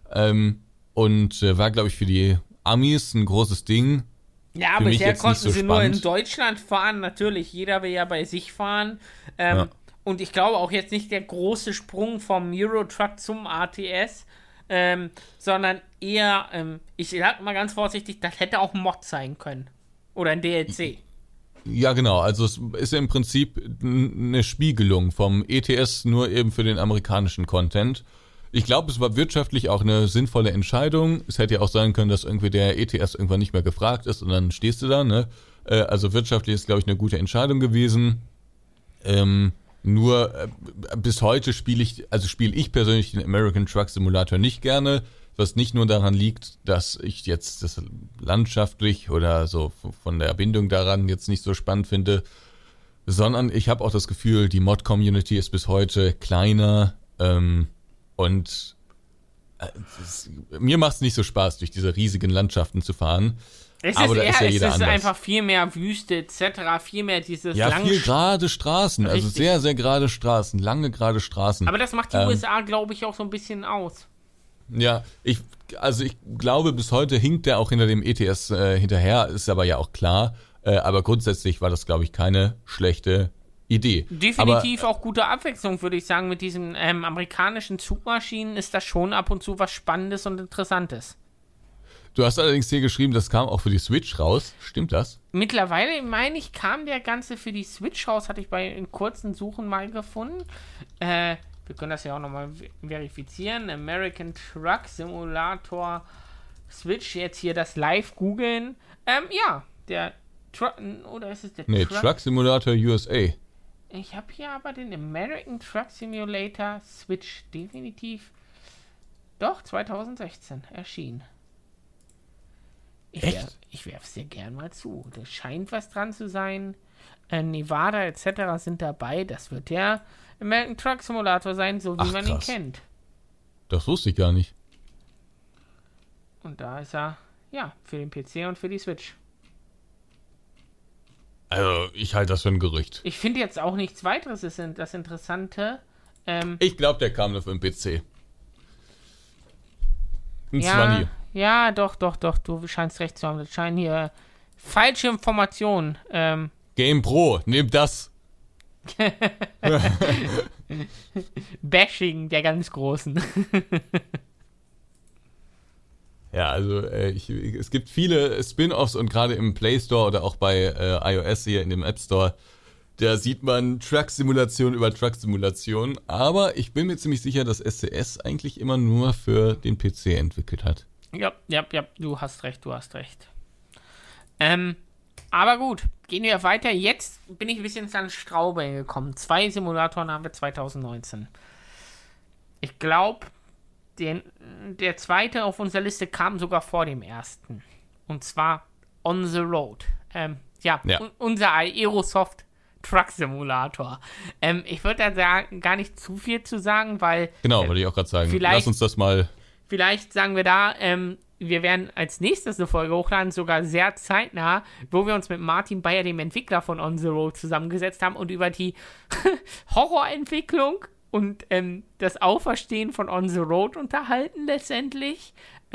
War, glaube ich, für die Amis ein großes Ding. Ja, bisher konnten sie nur in Deutschland fahren. Natürlich, jeder will ja bei sich fahren. Und ich glaube auch jetzt nicht der große Sprung vom Eurotruck zum ATS, sondern eher, ich sag mal ganz vorsichtig, das hätte auch ein Mod sein können. Oder ein DLC. Ja, genau. Also es ist im Prinzip eine Spiegelung vom ETS nur eben für den amerikanischen Content. Ich glaube, es war wirtschaftlich auch eine sinnvolle Entscheidung. Es hätte ja auch sein können, dass irgendwie der ETS irgendwann nicht mehr gefragt ist und dann stehst du da, ne? Also wirtschaftlich ist, glaube ich, eine gute Entscheidung gewesen. Nur bis heute spiele ich persönlich den American Truck Simulator nicht gerne, was nicht nur daran liegt, dass ich jetzt das landschaftlich oder so von der Bindung daran jetzt nicht so spannend finde, sondern ich habe auch das Gefühl, die Mod-Community ist bis heute kleiner mir macht es nicht so Spaß, durch diese riesigen Landschaften zu fahren. Es ist einfach viel mehr Wüste etc., viel mehr dieses viel gerade Straßen, richtig. Also sehr, sehr gerade Straßen, lange gerade Straßen. Aber das macht die USA, glaube ich, auch so ein bisschen aus. Ja, ich glaube, bis heute hinkt der auch hinter dem ETS hinterher, ist aber ja auch klar. Aber grundsätzlich war das, glaube ich, keine schlechte Idee. Definitiv auch gute Abwechslung, würde ich sagen. Mit diesen amerikanischen Zugmaschinen ist das schon ab und zu was Spannendes und Interessantes. Du hast allerdings hier geschrieben, das kam auch für die Switch raus. Stimmt das? Mittlerweile, meine ich, kam der Ganze für die Switch raus. Hatte ich bei kurzen Suchen mal gefunden. Wir können das ja auch nochmal verifizieren. American Truck Simulator Switch. Jetzt hier das live googeln. Der Truck... Oder ist es der Truck Simulator USA. Ich habe hier aber den American Truck Simulator Switch. Definitiv. Doch, 2016 erschienen. Ich werfe es dir gern mal zu. Da scheint was dran zu sein. Nevada etc. sind dabei. Das wird der American Truck Simulator sein, so wie man ihn kennt. Das wusste ich gar nicht. Und da ist er, ja, für den PC und für die Switch. Also, ich halte das für ein Gerücht. Ich finde jetzt auch nichts weiteres, ist das Interessante. Ich glaube, der kam nur für den PC. Ja, doch, du scheinst recht zu haben. Das scheinen hier falsche Informationen. Game Pro, nehmt das. Bashing der ganz Großen. Ja, also es gibt viele Spin-Offs und gerade im Play Store oder auch bei iOS hier in dem App Store, da sieht man Truck-Simulation über Truck-Simulation. Aber ich bin mir ziemlich sicher, dass SCS eigentlich immer nur für den PC entwickelt hat. Ja, du hast recht. Aber gut, gehen wir weiter. Jetzt bin ich ein bisschen ans Straucheln gekommen. 2 Simulatoren haben wir 2019. Ich glaube, der zweite auf unserer Liste kam sogar vor dem ersten. Und zwar On the Road. Unser Aerosoft Truck Simulator. Ich würde da gar nicht zu viel zu sagen, weil... Genau, wollte ich auch gerade sagen. Lass uns das mal... Vielleicht sagen wir da, wir werden als nächstes eine Folge hochladen, sogar sehr zeitnah, wo wir uns mit Martin Bayer, dem Entwickler von On the Road, zusammengesetzt haben und über die Horrorentwicklung und das Auferstehen von On the Road unterhalten letztendlich.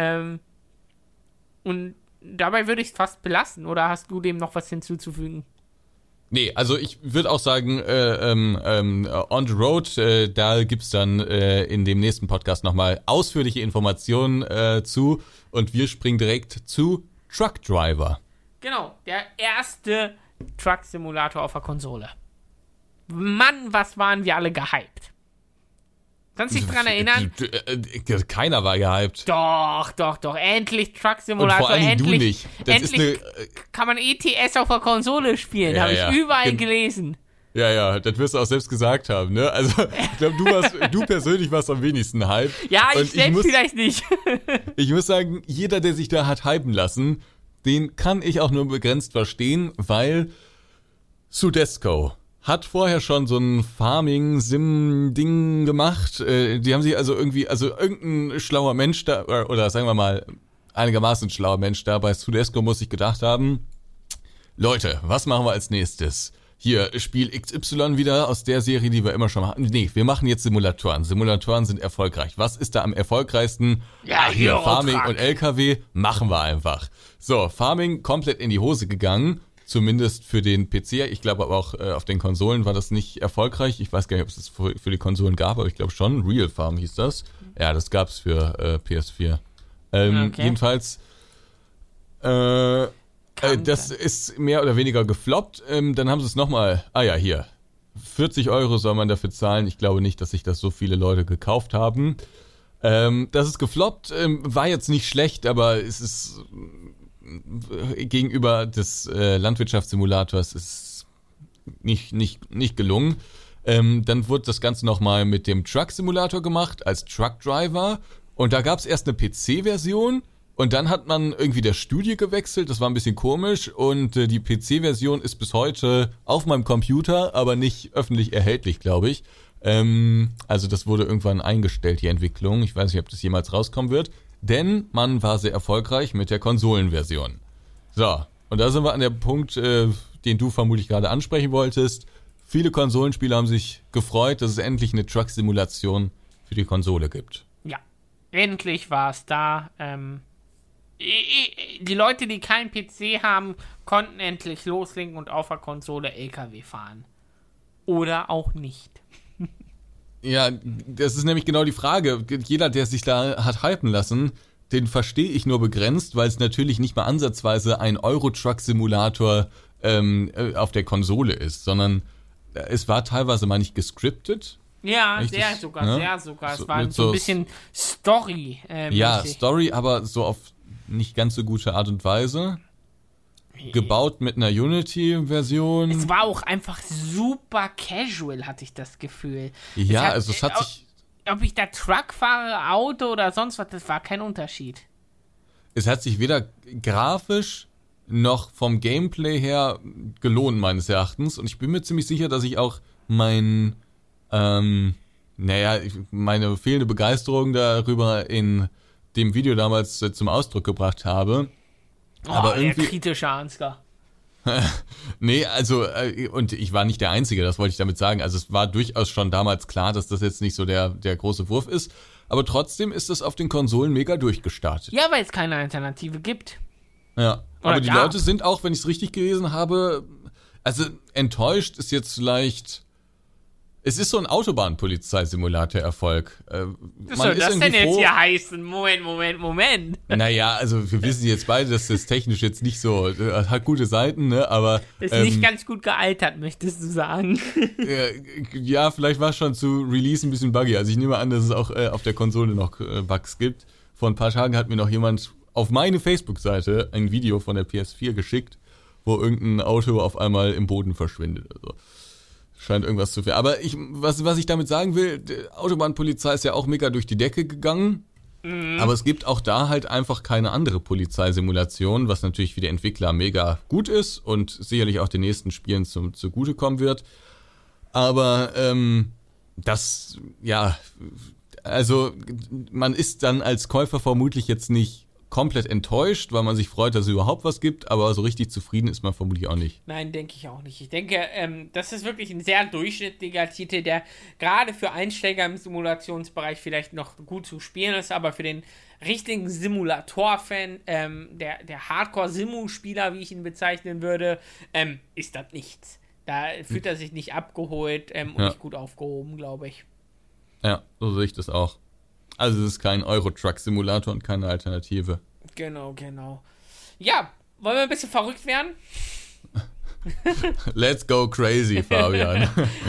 Und dabei würde ich es fast belassen. Oder hast du dem noch was hinzuzufügen? Nee, also ich würde auch sagen, On the Road, da gibt's dann in dem nächsten Podcast nochmal ausführliche Informationen zu. Und wir springen direkt zu Truck Driver. Genau, der erste Truck Simulator auf der Konsole. Mann, was waren wir alle gehypt. Kannst du dich dran erinnern? Keiner war gehypt. Doch. Endlich Truck Simulator. Und vor allem endlich, du nicht. Endlich kann man ETS auf der Konsole spielen. Ja, habe ich überall gelesen. Ja, das wirst du auch selbst gesagt haben, ne? Also, ich glaube, du persönlich warst am wenigsten hyped. Ja, ich selbst vielleicht nicht. Ich muss sagen, jeder, der sich da hat hypen lassen, den kann ich auch nur begrenzt verstehen, weil Sudesco hat vorher schon so ein Farming-Sim-Ding gemacht. Die haben sich also irgendein schlauer Mensch da, oder sagen wir mal, einigermaßen schlauer Mensch da bei Sudesco muss sich gedacht haben, Leute, was machen wir als nächstes? Hier, Spiel XY wieder aus der Serie, die wir immer schon machen. Nee, wir machen jetzt Simulatoren. Simulatoren sind erfolgreich. Was ist da am erfolgreichsten? Ja, hier Farming und LKW, machen wir einfach. So, Farming komplett in die Hose gegangen. Zumindest für den PC. Ich glaube aber auch auf den Konsolen war das nicht erfolgreich. Ich weiß gar nicht, ob es das für die Konsolen gab, aber ich glaube schon. Real Farm hieß das. Ja, das gab's für PS4. Okay. Jedenfalls, das ist mehr oder weniger gefloppt. Dann haben sie es nochmal. Hier. 40 € soll man dafür zahlen. Ich glaube nicht, dass sich das so viele Leute gekauft haben. Das ist gefloppt. War jetzt nicht schlecht, aber es ist gegenüber des Landwirtschaftssimulators ist nicht gelungen. Dann wurde das Ganze nochmal mit dem Truck Simulator gemacht als Truck Driver und da gab es erst eine PC-Version und dann hat man irgendwie der Studie gewechselt, das war ein bisschen komisch und die PC-Version ist bis heute auf meinem Computer, aber nicht öffentlich erhältlich, glaube ich. Also das wurde irgendwann eingestellt, die Entwicklung. Ich weiß nicht, ob das jemals rauskommen wird. Denn man war sehr erfolgreich mit der Konsolenversion. So, und da sind wir an der Punkt, den du vermutlich gerade ansprechen wolltest. Viele Konsolenspieler haben sich gefreut, dass es endlich eine Truck-Simulation für die Konsole gibt. Ja, endlich war es da. Die Leute, die keinen PC haben, konnten endlich loslegen und auf der Konsole LKW fahren. Oder auch nicht. Ja, das ist nämlich genau die Frage. Jeder, der sich da hat hypen lassen, den verstehe ich nur begrenzt, weil es natürlich nicht mal ansatzweise ein Euro-Truck-Simulator auf der Konsole ist, sondern es war teilweise mal nicht gescriptet. Ja, sehr sogar. Es war so ein bisschen Story. Ja, Story, aber so auf nicht ganz so gute Art und Weise. Gebaut mit einer Unity-Version. Es war auch einfach super casual, hatte ich das Gefühl. Ja, es hat sich... Ob ich da Truck fahre, Auto oder sonst was, das war kein Unterschied. es hat sich weder grafisch noch vom Gameplay her gelohnt, meines Erachtens. Und ich bin mir ziemlich sicher, dass ich auch meine fehlende Begeisterung darüber in dem Video damals zum Ausdruck gebracht habe. Aber irgendwie kritischer Ansgar. Nee, also, und ich war nicht der Einzige, das wollte ich damit sagen. Also es war durchaus schon damals klar, dass das jetzt nicht so der große Wurf ist. Aber trotzdem ist das auf den Konsolen mega durchgestartet. Ja, weil es keine Alternative gibt. Ja, aber die Leute sind auch, wenn ich es richtig gelesen habe, also enttäuscht ist jetzt vielleicht... Es ist so ein Autobahnpolizeisimulator-Erfolg. Was soll das denn jetzt hier heißen? Moment. Naja, also wir wissen jetzt beide, dass das technisch jetzt nicht so, hat gute Seiten, ne, aber... Ist nicht ganz gut gealtert, möchtest du sagen. Ja, vielleicht war es schon zu Release ein bisschen buggy. Also ich nehme an, dass es auch auf der Konsole noch Bugs gibt. Vor ein paar Tagen hat mir noch jemand auf meine Facebook-Seite ein Video von der PS4 geschickt, wo irgendein Auto auf einmal im Boden verschwindet. Also scheint irgendwas zu viel. Aber was ich damit sagen will, die Autobahnpolizei ist ja auch mega durch die Decke gegangen. Aber es gibt auch da halt einfach keine andere Polizeisimulation, was natürlich für die Entwickler mega gut ist und sicherlich auch den nächsten Spielen zugutekommen wird. Aber also man ist dann als Käufer vermutlich jetzt nicht komplett enttäuscht, weil man sich freut, dass es überhaupt was gibt, aber so richtig zufrieden ist man vermutlich auch nicht. Nein, denke ich auch nicht. Ich denke, das ist wirklich ein sehr durchschnittlicher Titel, der gerade für Einsteiger im Simulationsbereich vielleicht noch gut zu spielen ist, aber für den richtigen Simulator-Fan, der Hardcore-Simu-Spieler, wie ich ihn bezeichnen würde, ist das nichts. Da fühlt er sich nicht abgeholt und nicht gut aufgehoben, glaube ich. Ja, so sehe ich das auch. Also es ist kein Euro-Truck-Simulator und keine Alternative. Genau. Ja, wollen wir ein bisschen verrückt werden? Let's go crazy, Fabian.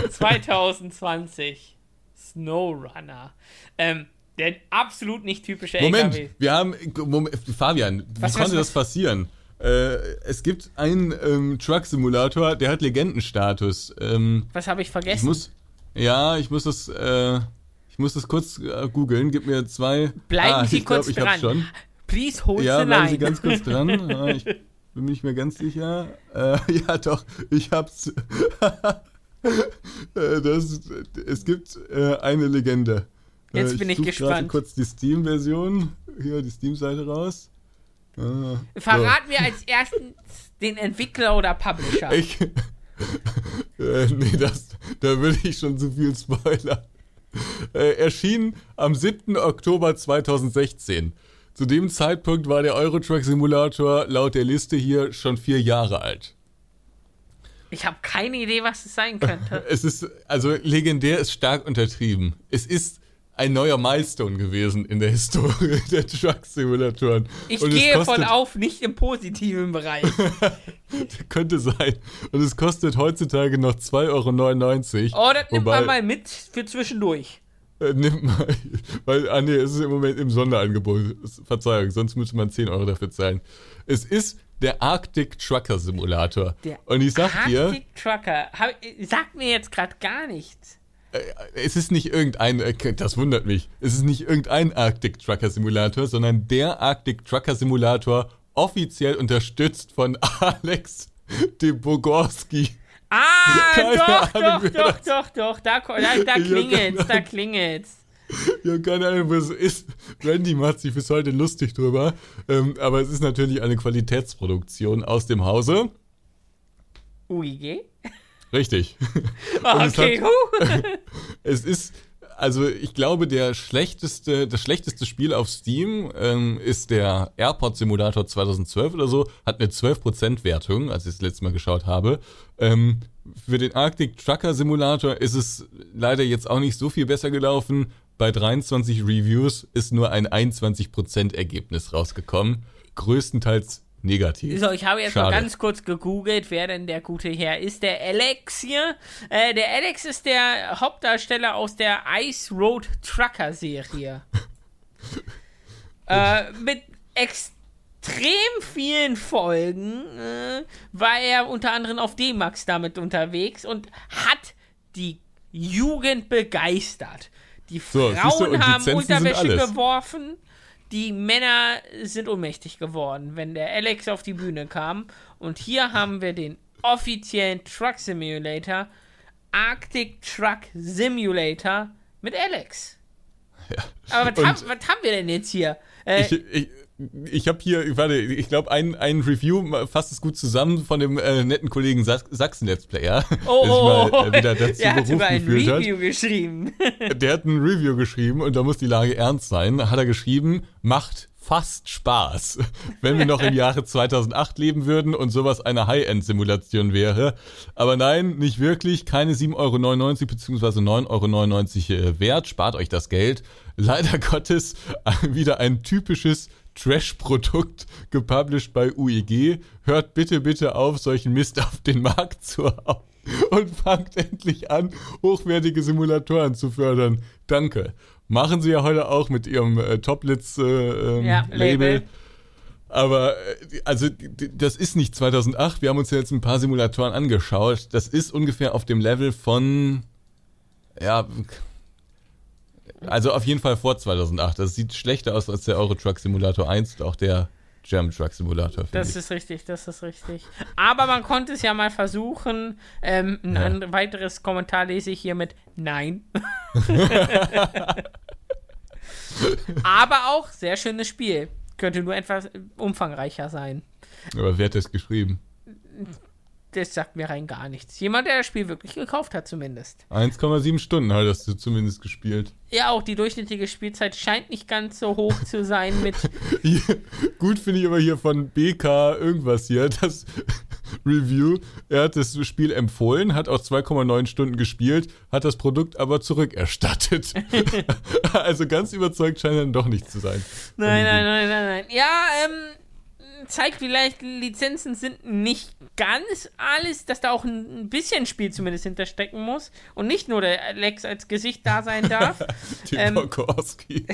2020 SnowRunner. Der absolut nicht typische LKW. LKW. Fabian, wie konnte das passieren? Es gibt einen Truck-Simulator, der hat Legendenstatus. Was habe ich vergessen? Ich muss das kurz googeln. Gib mir 2... Bleiben Sie kurz dran. Ich hab's schon. Please hold the line. Ja, bleiben Sie ganz kurz dran. Ich bin mir nicht mehr ganz sicher. Ja, doch. Ich hab's. Es gibt eine Legende. Jetzt bin ich gespannt. Kurz die Steam-Version. Hier, die Steam-Seite raus. Verraten wir als erstens den Entwickler oder Publisher. Da würde ich schon zu viel spoilern. Erschien am 7. Oktober 2016. Zu dem Zeitpunkt war der Euro Truck Simulator laut der Liste hier schon 4 Jahre alt. Ich habe keine Idee, was es sein könnte. Legendär ist stark untertrieben. Es ist ein neuer Milestone gewesen in der Historie der Truck-Simulatoren. Ich gehe von auf, nicht im positiven Bereich. Könnte sein. Und es kostet heutzutage noch 2,99 €. Oh, das nimmt man mal mit für zwischendurch. Nimmt mal, es ist im Moment im Sonderangebot. Verzeihung, sonst müsste man 10 € dafür zahlen. Es ist der Arctic Trucker Simulator. Und ich sag dir... Arctic Trucker, sagt mir jetzt gerade gar nichts. Es ist nicht das wundert mich, es ist nicht irgendein Arctic Trucker Simulator, sondern der Arctic Trucker Simulator, offiziell unterstützt von Alex de Bogorski. Doch, da klingelt's. Ich habe keine Ahnung, was es ist. Randy macht sich bis heute lustig drüber, aber es ist natürlich eine Qualitätsproduktion aus dem Hause. UIG? Richtig. Okay, es ist, also ich glaube, das schlechteste Spiel auf Steam ist der Airport Simulator 2012 oder so, hat eine 12% Wertung, als ich das letzte Mal geschaut habe. Für den Arctic Trucker Simulator ist es leider jetzt auch nicht so viel besser gelaufen. Bei 23 Reviews ist nur ein 21% Ergebnis rausgekommen. Größtenteils negativ. So, ich habe jetzt mal ganz kurz gegoogelt, wer denn der gute Herr ist. Der Alex hier. Der Alex ist der Hauptdarsteller aus der Ice Road Trucker Serie. Mit extrem vielen Folgen war er unter anderem auf D-Max damit unterwegs und hat die Jugend begeistert. Die Frauen haben Unterwäsche geworfen. die Männer sind ohnmächtig geworden, wenn der Alex auf die Bühne kam. Und hier haben wir den offiziellen Truck Simulator, Arctic Truck Simulator mit Alex. Ja. Aber was haben wir denn jetzt hier? Ich habe hier, warte, ich glaube, ein Review fasst es gut zusammen von dem netten Kollegen Sachsen-Let's Player, der sich mal wieder dazu er hat berufen über ein gefühlt Review geschrieben. Der hat ein Review geschrieben und da muss die Lage ernst sein. Hat er geschrieben, macht fast Spaß, wenn wir noch im Jahre 2008 leben würden und sowas eine High-End-Simulation wäre. Aber nein, nicht wirklich, keine 7,99 € bzw. 9,99 € wert, spart euch das Geld. Leider Gottes wieder ein typisches Trash-Produkt, gepublished bei UEG. Hört bitte auf, solchen Mist auf den Markt zu hauen und fangt endlich an, hochwertige Simulatoren zu fördern. Danke. Machen sie ja heute auch mit ihrem Toplitz-Label. Aber, also, das ist nicht 2008. Wir haben uns jetzt ein paar Simulatoren angeschaut. Das ist ungefähr auf dem Level von, ja, also auf jeden Fall vor 2008. Das sieht schlechter aus als der Euro Truck Simulator 1 und auch der German Truck Simulator. Das ist richtig. Aber man konnte es ja mal versuchen. Ein weiteres Kommentar lese ich hier mit Nein. Aber auch sehr schönes Spiel. Könnte nur etwas umfangreicher sein. Aber wer hat das geschrieben? Das sagt mir rein gar nichts. Jemand, der das Spiel wirklich gekauft hat zumindest. 1,7 Stunden hast du zumindest gespielt. Ja, auch die durchschnittliche Spielzeit scheint nicht ganz so hoch zu sein mit... Gut finde ich aber hier von BK irgendwas hier, das Review. Er hat das Spiel empfohlen, hat auch 2,9 Stunden gespielt, hat das Produkt aber zurückerstattet. Also ganz überzeugt scheint er dann doch nicht zu sein. Nein. Ja, zeigt vielleicht, Lizenzen sind nicht ganz alles, dass da auch ein bisschen Spiel zumindest hinterstecken muss und nicht nur der Alex als Gesicht da sein darf. Tibor Korski.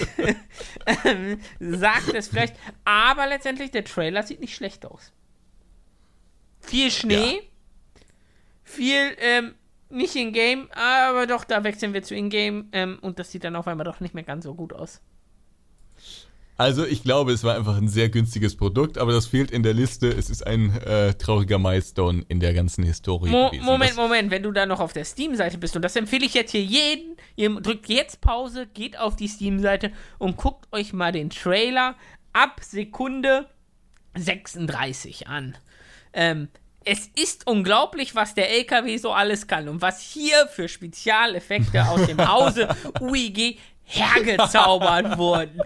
Sagt es vielleicht, aber letztendlich der Trailer sieht nicht schlecht aus. Viel Schnee, viel nicht in-game, aber doch, da wechseln wir zu in-game und das sieht dann auf einmal doch nicht mehr ganz so gut aus. Also ich glaube, es war einfach ein sehr günstiges Produkt, aber das fehlt in der Liste. Es ist ein trauriger Milestone in der ganzen Historie gewesen. Moment, wenn du da noch auf der Steam-Seite bist, und das empfehle ich jetzt hier jedem, ihr drückt jetzt Pause, geht auf die Steam-Seite und guckt euch mal den Trailer ab Sekunde 36 an. Es ist unglaublich, was der LKW so alles kann und was hier für Spezialeffekte aus dem Hause UEG hergezaubert wurden.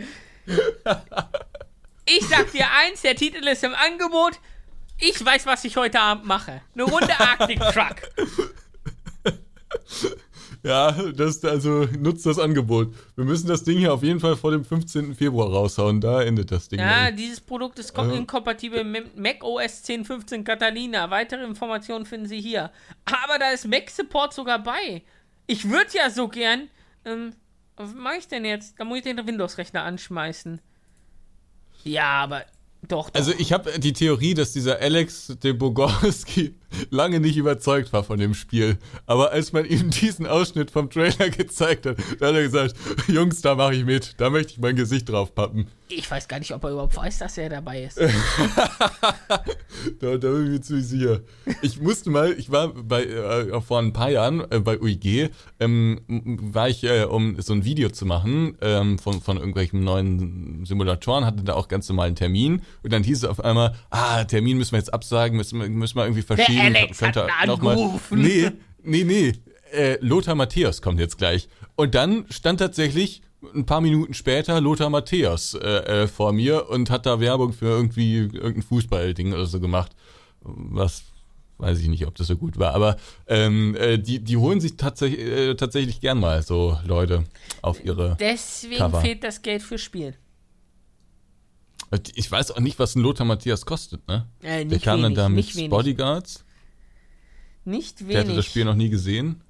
Ich sag dir eins, der Titel ist im Angebot. Ich weiß, was ich heute Abend mache. Eine Runde Arctic Truck. Ja, also nutzt das Angebot. Wir müssen das Ding hier auf jeden Fall vor dem 15. Februar raushauen. Da endet das Ding. Ja, dieses Produkt ist inkompatibel mit Mac OS 10.15 Catalina. Weitere Informationen finden Sie hier. Aber da ist Mac-Support sogar bei. Ich würde ja so gern... was mache ich denn jetzt? Da muss ich den Windows-Rechner anschmeißen. Ja, aber doch. Also ich habe die Theorie, dass dieser Alex de Bogorski lange nicht überzeugt war von dem Spiel. Aber als man ihm diesen Ausschnitt vom Trailer gezeigt hat, da hat er gesagt, Jungs, da mache ich mit. Da möchte ich mein Gesicht drauf pappen. Ich weiß gar nicht, ob er überhaupt weiß, dass er dabei ist. Da bin ich mir ziemlich sicher. Ich war vor ein paar Jahren bei UEG, war ich, um so ein Video zu machen von irgendwelchen neuen Simulatoren, hatte da auch ganz normalen Termin und dann hieß es auf einmal, Termin müssen wir jetzt absagen, müssen wir irgendwie verschieben. Der Alex hat angerufen. Nee, Lothar Matthäus kommt jetzt gleich. Und dann stand tatsächlich ein paar Minuten später Lothar Matthäus vor mir und hat da Werbung für irgendein Fußballding oder so gemacht. Was weiß ich nicht, ob das so gut war. Aber die holen sich tatsächlich gern mal so Leute auf ihre Deswegen Cover. Fehlt das Geld für Spiel. Ich weiß auch nicht, was ein Lothar Matthäus kostet, ne? Der kam dann da mit Bodyguards. Nicht wenig. Der hatte das Spiel noch nie gesehen.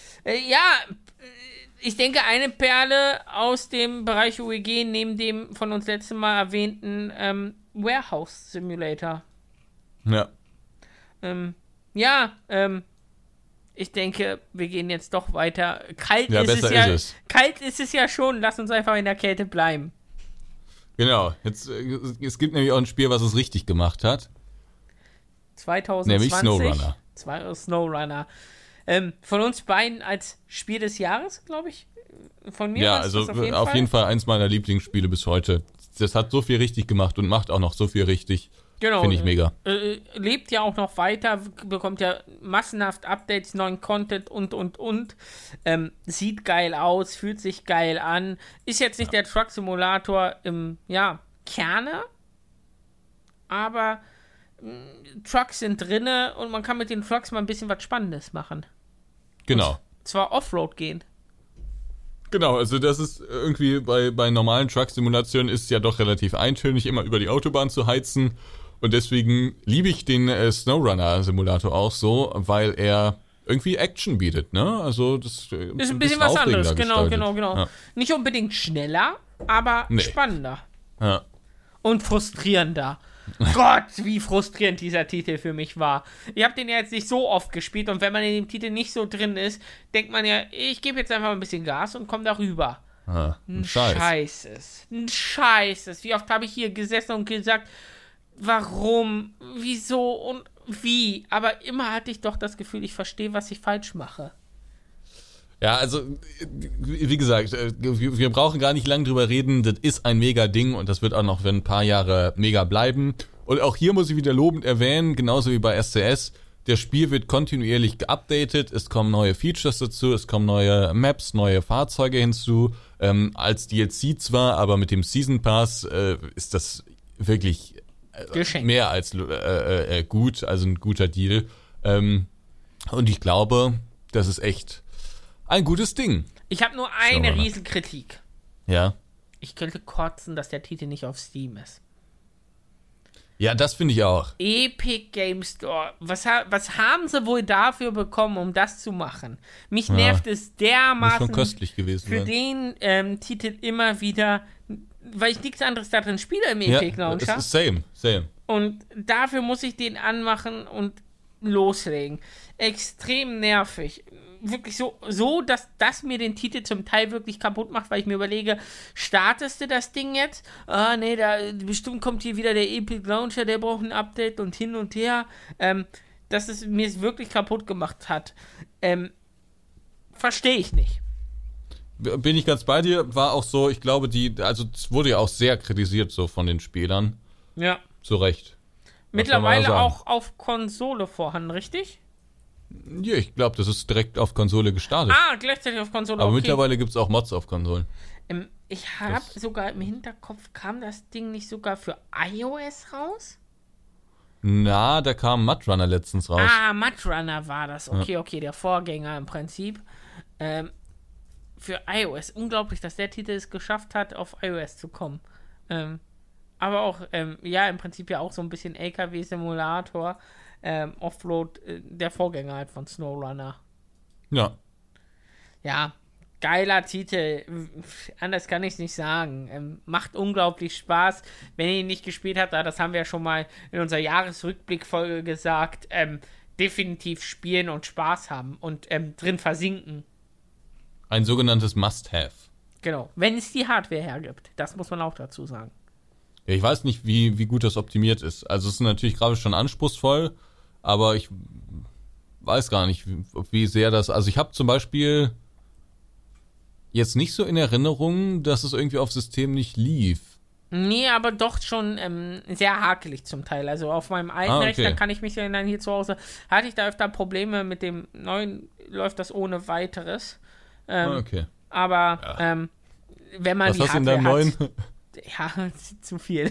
Ich denke, eine Perle aus dem Bereich UEG neben dem von uns letztes Mal erwähnten Warehouse Simulator. Ja. Ich denke, wir gehen jetzt doch weiter. Kalt ist es. Kalt ist es ja schon. Lass uns einfach in der Kälte bleiben. Genau. Jetzt, es gibt nämlich auch ein Spiel, was es richtig gemacht hat. 2020. Nämlich SnowRunner. SnowRunner. Von uns beiden als Spiel des Jahres, glaube ich. Von mir Ja, war es also das auf jeden Fall eins meiner Lieblingsspiele bis heute. Das hat so viel richtig gemacht und macht auch noch so viel richtig. Genau. Finde ich mega. Lebt ja auch noch weiter, bekommt ja massenhaft Updates, neuen Content und. Sieht geil aus, fühlt sich geil an. Ist jetzt nicht der Truck Simulator im, Kerne, aber Trucks sind drinne und man kann mit den Trucks mal ein bisschen was Spannendes machen. Genau. Und zwar Offroad gehen. Genau, also das ist irgendwie bei normalen Truck-Simulationen ist es ja doch relativ eintönig, immer über die Autobahn zu heizen. Und deswegen liebe ich den SnowRunner-Simulator auch so, weil er irgendwie Action bietet, ne? Also das ist ein bisschen was anderes, genau. Ja. Nicht unbedingt schneller, aber spannender. Ja. Und frustrierender. Gott, wie frustrierend dieser Titel für mich war. Ich habe den ja jetzt nicht so oft gespielt und wenn man in dem Titel nicht so drin ist, denkt man ja, ich gebe jetzt einfach ein bisschen Gas und komme darüber. Ein Scheiß. Ein Scheißes. Wie oft habe ich hier gesessen und gesagt, warum, wieso und wie. Aber immer hatte ich doch das Gefühl, ich verstehe, was ich falsch mache. Ja, also, wie gesagt, wir brauchen gar nicht lange drüber reden. Das ist ein mega Ding und das wird auch noch für ein paar Jahre mega bleiben. Und auch hier muss ich wieder lobend erwähnen, genauso wie bei SCS, das Spiel wird kontinuierlich geupdatet. Es kommen neue Features dazu, es kommen neue Maps, neue Fahrzeuge hinzu. Als DLC zwar, aber mit dem Season Pass ist das wirklich mehr als gut, also ein guter Deal. Und ich glaube, das ist echt ein gutes Ding. Ich habe nur eine Riesenkritik. Ja. Ich könnte kotzen, dass der Titel nicht auf Steam ist. Ja, das finde ich auch. Epic Game Store. Was haben sie wohl dafür bekommen, um das zu machen? Mich nervt es dermaßen. Muss schon köstlich gewesen für den Titel immer wieder, weil ich nichts anderes da drin spiele im Epic Launcher. Es ist same. Und dafür muss ich den anmachen und loslegen. Extrem nervig. Wirklich so, dass das mir den Titel zum Teil wirklich kaputt macht, weil ich mir überlege, startest du das Ding jetzt? Nee, bestimmt kommt hier wieder der Epic Launcher, der braucht ein Update und hin und her. Dass es mir wirklich kaputt gemacht hat. Verstehe ich nicht. Bin ich ganz bei dir, war auch so, ich glaube, es wurde ja auch sehr kritisiert so von den Spielern. Ja. Zu Recht. Mittlerweile auch auf Konsole vorhanden, richtig? Ja, ich glaube, das ist direkt auf Konsole gestartet. Gleichzeitig auf Konsole, aber mittlerweile gibt es auch Mods auf Konsolen. Ich habe sogar im Hinterkopf, kam das Ding nicht sogar für iOS raus? Na, da kam Mudrunner letztens raus. Mudrunner war das. Okay, der Vorgänger im Prinzip. Für iOS. Unglaublich, dass der Titel es geschafft hat, auf iOS zu kommen. Aber auch, im Prinzip ja auch so ein bisschen LKW-Simulator. Offroad, der Vorgänger halt von SnowRunner. Ja. Ja, geiler Titel. Anders kann ich es nicht sagen. Macht unglaublich Spaß. Wenn ihr ihn nicht gespielt habt, das haben wir ja schon mal in unserer Jahresrückblickfolge gesagt, definitiv spielen und Spaß haben und drin versinken. Ein sogenanntes Must-Have. Genau, wenn es die Hardware hergibt. Das muss man auch dazu sagen. Ja, ich weiß nicht, wie gut das optimiert ist. Also es ist natürlich gerade schon anspruchsvoll, aber ich weiß gar nicht, wie sehr das... Also ich habe zum Beispiel jetzt nicht so in Erinnerung, dass es irgendwie auf System nicht lief. Nee, aber doch schon sehr hakelig zum Teil. Also auf meinem alten Rechner kann ich mich erinnern, hier zu Hause hatte ich da öfter Probleme. Mit dem neuen läuft das ohne weiteres. Aber wenn man was die hast Hardware in deinem neuen? Ja, zu viel.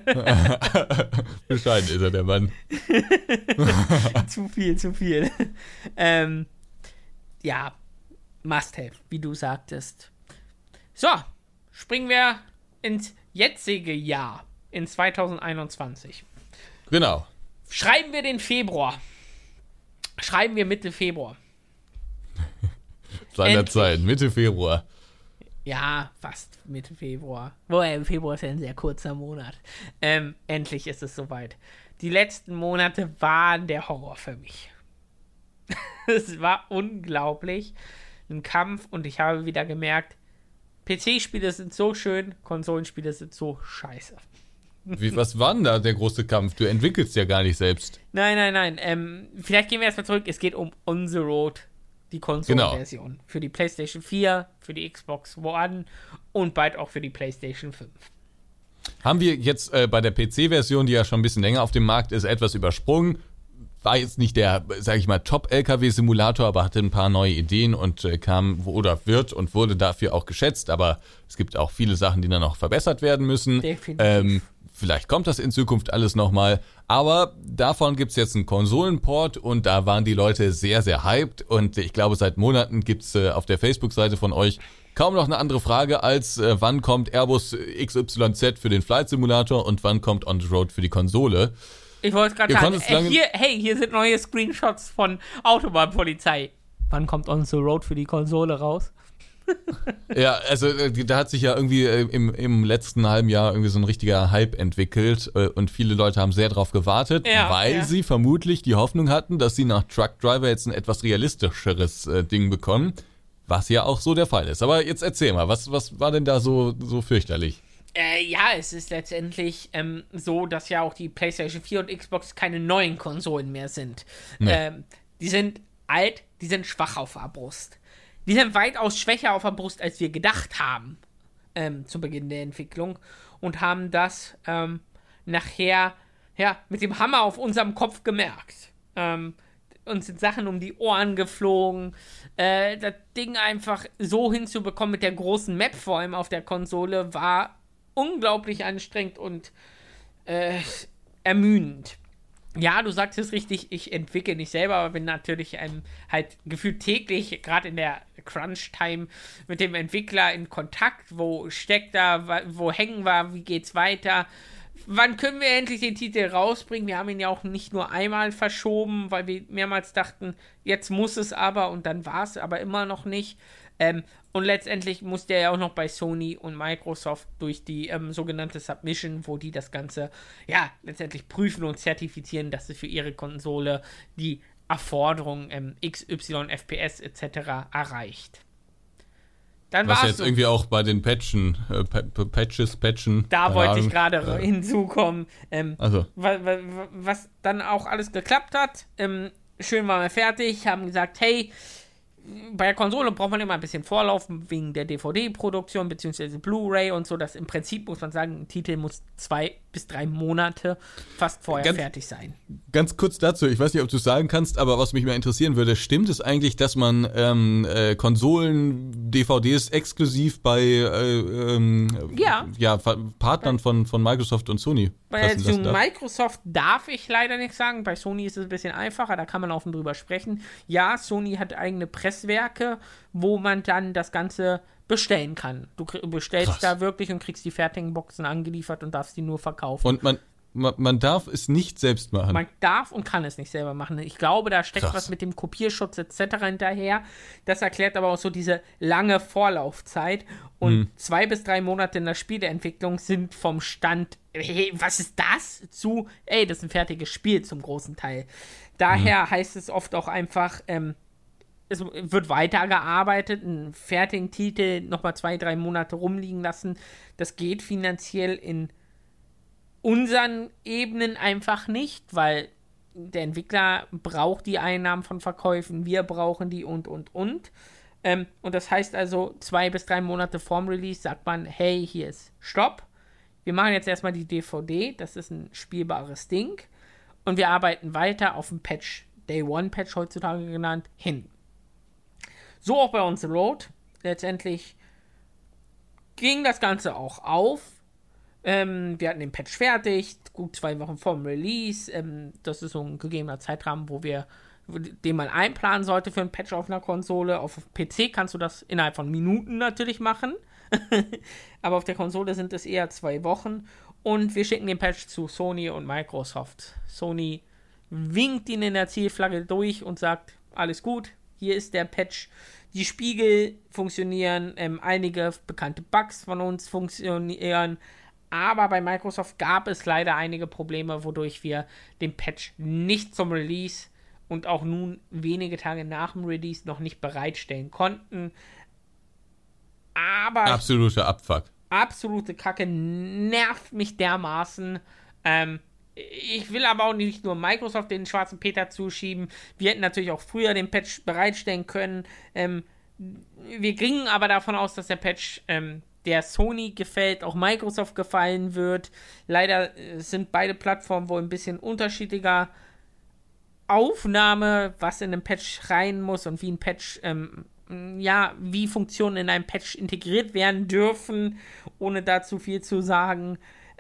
Bescheiden ist er, der Mann. zu viel. Ja, Must-Have, wie du sagtest. So, springen wir ins jetzige Jahr, in 2021. Genau. Schreiben wir den Februar. Schreiben wir Mitte Februar. Seinerzeit, Mitte Februar. Ja, fast Mitte Februar. Wobei, Februar ist ja ein sehr kurzer Monat. Endlich ist es soweit. Die letzten Monate waren der Horror für mich. Es war unglaublich. Ein Kampf und ich habe wieder gemerkt, PC-Spiele sind so schön, Konsolenspiele sind so scheiße. Was war denn da der große Kampf? Du entwickelst ja gar nicht selbst. Nein. Vielleicht gehen wir erstmal zurück. Es geht um On the Road, die Konsolenversion. Genau. Für die PlayStation 4, für die Xbox One und bald auch für die PlayStation 5. Haben wir jetzt bei der PC-Version, die ja schon ein bisschen länger auf dem Markt ist, etwas übersprungen. War jetzt nicht der, sag ich mal, Top-LKW-Simulator, aber hatte ein paar neue Ideen und wurde dafür auch geschätzt. Aber es gibt auch viele Sachen, die dann noch verbessert werden müssen. Definitiv. Vielleicht kommt das in Zukunft alles nochmal. Aber davon gibt's jetzt einen Konsolenport und da waren die Leute sehr, sehr hyped. Und ich glaube, seit Monaten gibt's auf der Facebook-Seite von euch kaum noch eine andere Frage als, wann kommt Airbus XYZ für den Flight Simulator und wann kommt On the Road für die Konsole? Ich wollte gerade sagen, hier sind neue Screenshots von Autobahnpolizei. Wann kommt On the Road für die Konsole raus? Ja, also da hat sich ja irgendwie im letzten halben Jahr irgendwie so ein richtiger Hype entwickelt und viele Leute haben sehr drauf gewartet, weil sie vermutlich die Hoffnung hatten, dass sie nach Truck Driver jetzt ein etwas realistischeres Ding bekommen, was ja auch so der Fall ist. Aber jetzt erzähl mal, was war denn da so fürchterlich? Es ist letztendlich so, dass ja auch die PlayStation 4 und Xbox keine neuen Konsolen mehr sind. Nee. Die sind alt, die sind schwach auf der Brust. Die sind weitaus schwächer auf der Brust, als wir gedacht haben zu Beginn der Entwicklung und haben das nachher mit dem Hammer auf unserem Kopf gemerkt. Uns sind Sachen um die Ohren geflogen. Das Ding einfach so hinzubekommen mit der großen Map vor allem auf der Konsole war unglaublich anstrengend und ermüdend. Ja, du sagst es richtig, ich entwickle nicht selber, aber bin natürlich halt gefühlt täglich, gerade in der Crunch-Time, mit dem Entwickler in Kontakt. Wo steckt er, wo hängen wir, wie geht's weiter? Wann können wir endlich den Titel rausbringen? Wir haben ihn ja auch nicht nur einmal verschoben, weil wir mehrmals dachten, jetzt muss es aber und dann war es aber immer noch nicht. Und letztendlich musste er ja auch noch bei Sony und Microsoft durch die sogenannte Submission, wo die das Ganze letztendlich prüfen und zertifizieren, dass sie für ihre Konsole die Erforderungen XY, FPS etc. erreicht. Dann was jetzt irgendwie auch bei den Patchen. Da wollte ich gerade hinzukommen. Was dann auch alles geklappt hat. Schön waren wir fertig, haben gesagt, hey, bei der Konsole braucht man immer ein bisschen Vorlauf wegen der DVD-Produktion bzw. Blu-ray und so. Das im Prinzip muss man sagen, ein Titel muss 2 bis 3 Monate fast vorher fertig sein. Ganz kurz dazu, ich weiß nicht, ob du es sagen kannst, aber was mich mal interessieren würde, stimmt es eigentlich, dass man Konsolen-DVDs exklusiv bei Partnern von Microsoft und Sony zu Microsoft darf ich leider nichts sagen, bei Sony ist es ein bisschen einfacher, da kann man offen drüber sprechen. Ja, Sony hat eigene Presswerke, wo man dann das Ganze bestellen kann. Du bestellst da wirklich und kriegst die fertigen Boxen angeliefert und darfst die nur verkaufen. Und man darf es nicht selbst machen? Man darf und kann es nicht selber machen. Ich glaube, da steckt was mit dem Kopierschutz etc. hinterher. Das erklärt aber auch so diese lange Vorlaufzeit. Und 2 bis 3 Monate in der Spieleentwicklung sind vom Stand, hey, was ist das? Zu, das ist ein fertiges Spiel zum großen Teil. Daher heißt es oft auch einfach, es wird weitergearbeitet, einen fertigen Titel nochmal 2, 3 Monate rumliegen lassen. Das geht finanziell in unseren Ebenen einfach nicht, weil der Entwickler braucht die Einnahmen von Verkäufen, wir brauchen die und. Und das heißt also, 2 bis 3 Monate vorm Release sagt man, hey, hier ist Stopp. Wir machen jetzt erstmal die DVD, das ist ein spielbares Ding. Und wir arbeiten weiter auf dem Patch, Day One Patch heutzutage genannt, hin. So auch bei On the Road. Letztendlich ging das Ganze auch auf. Wir hatten den Patch fertig, gut 2 Wochen vorm Release. Das ist so ein gegebener Zeitrahmen, den man einplanen sollte für einen Patch auf einer Konsole. Auf PC kannst du das innerhalb von Minuten natürlich machen. Aber auf der Konsole sind es eher 2 Wochen. Und wir schicken den Patch zu Sony und Microsoft. Sony winkt ihn in der Zielflagge durch und sagt, alles gut, hier ist der Patch. Die Spiegel funktionieren, einige bekannte Bugs von uns funktionieren. Aber bei Microsoft gab es leider einige Probleme, wodurch wir den Patch nicht zum Release und auch nun wenige Tage nach dem Release noch nicht bereitstellen konnten. Aber absoluter Abfuck. Absolute Kacke, nervt mich dermaßen. Ich will aber auch nicht nur Microsoft den schwarzen Peter zuschieben. Wir hätten natürlich auch früher den Patch bereitstellen können. Wir gingen aber davon aus, dass der Patch der Sony gefällt, auch Microsoft gefallen wird. Leider sind beide Plattformen wohl ein bisschen unterschiedlicher Aufnahme, was in einem Patch rein muss und wie ein Patch, wie Funktionen in einem Patch integriert werden dürfen, ohne da zu viel zu sagen.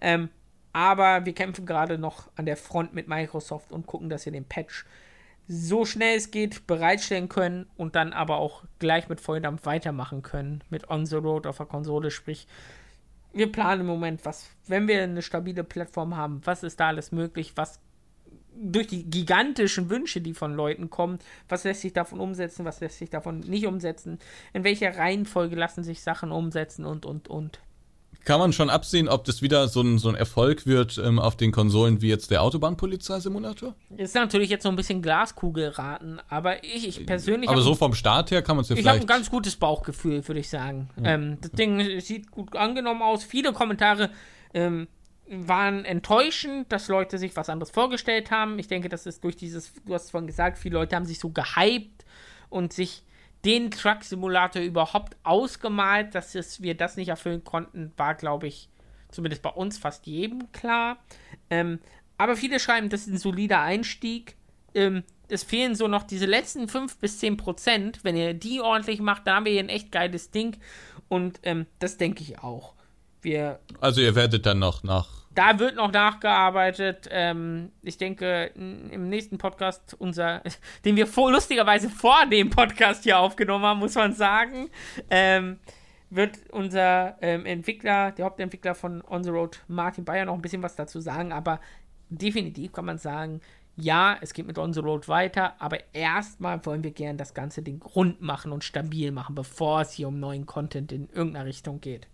Aber wir kämpfen gerade noch an der Front mit Microsoft und gucken, dass wir den Patch so schnell es geht bereitstellen können und dann aber auch gleich mit Volldampf weitermachen können mit On the Road auf der Konsole. Sprich, wir planen im Moment, wenn wir eine stabile Plattform haben, was ist da alles möglich, was durch die gigantischen Wünsche, die von Leuten kommen, was lässt sich davon umsetzen, was lässt sich davon nicht umsetzen, in welcher Reihenfolge lassen sich Sachen umsetzen und. Kann man schon absehen, ob das wieder so ein Erfolg wird auf den Konsolen wie jetzt der Autobahnpolizei-Simulator? Ist natürlich jetzt so ein bisschen Glaskugelraten, aber ich persönlich... Aber so vom Start her kann man es ja vielleicht... Ich habe ein ganz gutes Bauchgefühl, würde ich sagen. Das Ding sieht gut angenommen aus. Viele Kommentare waren enttäuschend, dass Leute sich was anderes vorgestellt haben. Ich denke, das ist durch dieses... Du hast es vorhin gesagt, viele Leute haben sich so gehypt und sich den Truck-Simulator überhaupt ausgemalt, dass wir das nicht erfüllen konnten, war, glaube ich, zumindest bei uns fast jedem klar. Aber viele schreiben, das ist ein solider Einstieg. Es fehlen so noch diese letzten 5-10%. Wenn ihr die ordentlich macht, dann haben wir hier ein echt geiles Ding. Und das denke ich auch. Also ihr werdet dann noch Da wird noch nachgearbeitet. Ich denke, im nächsten Podcast, den wir lustigerweise vor dem Podcast hier aufgenommen haben, muss man sagen, wird unser Entwickler, der Hauptentwickler von On the Road, Martin Bayer, noch ein bisschen was dazu sagen. Aber definitiv kann man sagen, ja, es geht mit On the Road weiter, aber erstmal wollen wir gerne das ganze Ding rund machen und stabil machen, bevor es hier um neuen Content in irgendeiner Richtung geht.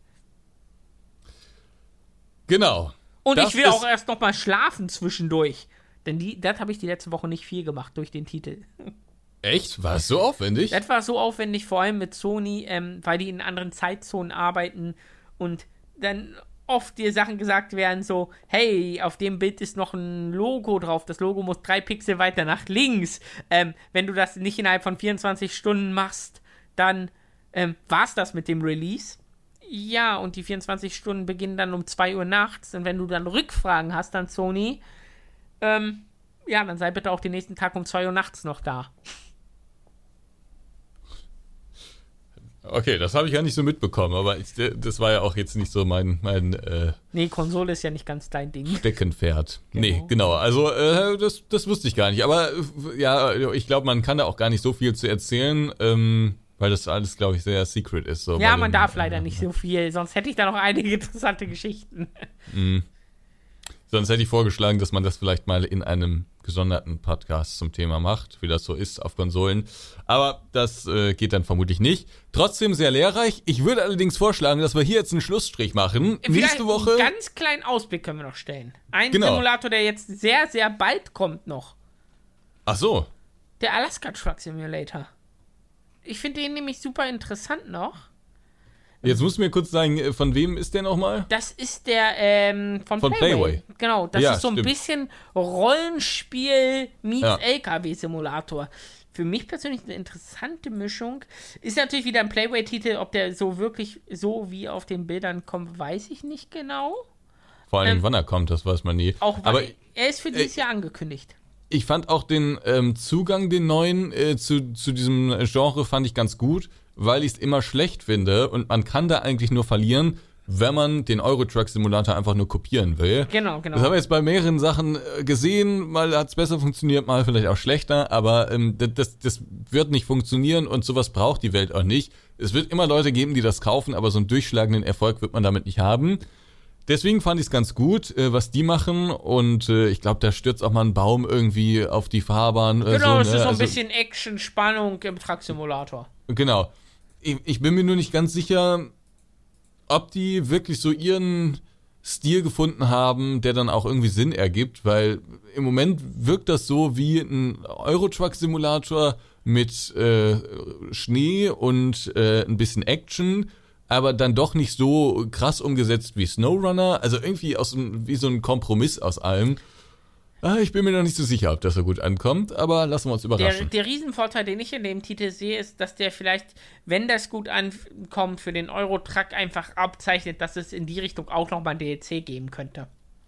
Genau. Und ich will auch erst noch mal schlafen zwischendurch. Denn das habe ich die letzte Woche nicht viel gemacht durch den Titel. Echt? War es so aufwendig? Das war so aufwendig, vor allem mit Sony, weil die in anderen Zeitzonen arbeiten und dann oft dir Sachen gesagt werden, so, hey, auf dem Bild ist noch ein Logo drauf. Das Logo muss 3 Pixel weiter nach links. Wenn du das nicht innerhalb von 24 Stunden machst, dann war's das mit dem Release. Ja, und die 24 Stunden beginnen dann um 2 Uhr nachts. Und wenn du dann Rückfragen hast an Sony, dann sei bitte auch den nächsten Tag um 2 Uhr nachts noch da. Okay, das habe ich ja nicht so mitbekommen, aber das war ja auch jetzt nicht so mein Nee, Konsole ist ja nicht ganz dein Ding. Steckenpferd. Genau. Nee, genau. Also, das wusste ich gar nicht. Aber ja, ich glaube, man kann da auch gar nicht so viel zu erzählen, weil das alles, glaube ich, sehr secret ist. So ja, man darf leider nicht so viel, sonst hätte ich da noch einige interessante Geschichten. Sonst hätte ich vorgeschlagen, dass man das vielleicht mal in einem gesonderten Podcast zum Thema macht, wie das so ist auf Konsolen. Aber das geht dann vermutlich nicht. Trotzdem sehr lehrreich. Ich würde allerdings vorschlagen, dass wir hier jetzt einen Schlussstrich machen. Nächste Woche... Einen ganz kleinen Ausblick können wir noch stellen. Ein Simulator, der jetzt sehr, sehr bald kommt noch. Ach so. Der Alaska Truck Simulator. Ich finde den nämlich super interessant noch. Jetzt musst du mir kurz sagen, von wem ist der nochmal? Das ist der von Playway. Genau, das ist so ein bisschen Rollenspiel meets LKW-Simulator. Für mich persönlich eine interessante Mischung. Ist natürlich wieder ein Playway-Titel, ob der so wirklich so wie auf den Bildern kommt, weiß ich nicht genau. Vor allem, wann er kommt, das weiß man nie. Aber er ist für dieses Jahr angekündigt. Ich fand auch den Zugang, den neuen, zu diesem Genre fand ich ganz gut, weil ich es immer schlecht finde und man kann da eigentlich nur verlieren, wenn man den Euro Truck Simulator einfach nur kopieren will. Genau. Das haben wir jetzt bei mehreren Sachen gesehen, mal hat es besser funktioniert, mal vielleicht auch schlechter, aber das wird nicht funktionieren und sowas braucht die Welt auch nicht. Es wird immer Leute geben, die das kaufen, aber so einen durchschlagenden Erfolg wird man damit nicht haben. Deswegen fand ich es ganz gut, was die machen und ich glaube, da stürzt auch mal ein Baum irgendwie auf die Fahrbahn. Genau, es ist so ein bisschen Action, Spannung im Truck-Simulator. Genau. Ich bin mir nur nicht ganz sicher, ob die wirklich so ihren Stil gefunden haben, der dann auch irgendwie Sinn ergibt, weil im Moment wirkt das so wie ein Euro-Truck-Simulator mit Schnee und ein bisschen Action. aber dann doch nicht so krass umgesetzt wie SnowRunner. Also irgendwie wie so ein Kompromiss aus allem. Ich bin mir noch nicht so sicher, ob das so gut ankommt, aber lassen wir uns überraschen. Der Riesenvorteil, den ich in dem Titel sehe, ist, dass der vielleicht, wenn das gut ankommt, für den Euro-Truck einfach abzeichnet, dass es in die Richtung auch nochmal ein DLC geben könnte.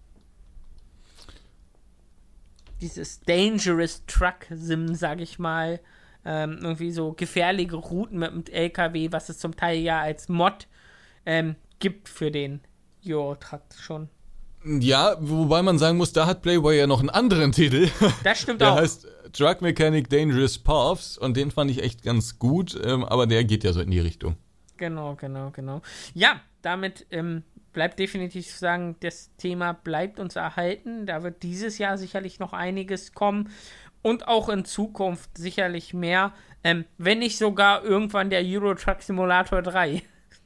Dieses Dangerous Truck Sim, sag ich mal. Irgendwie so gefährliche Routen mit dem LKW, was es zum Teil ja als Mod gibt für den Euro-Truck schon. Ja, wobei man sagen muss, da hat Playboy ja noch einen anderen Titel. Das stimmt der auch. Der heißt Truck Mechanic Dangerous Paths und den fand ich echt ganz gut, aber der geht ja so in die Richtung. Genau. Ja, damit bleibt definitiv zu sagen, das Thema bleibt uns erhalten. Da wird dieses Jahr sicherlich noch einiges kommen und auch in Zukunft sicherlich mehr, wenn nicht sogar irgendwann der Euro Truck Simulator 3.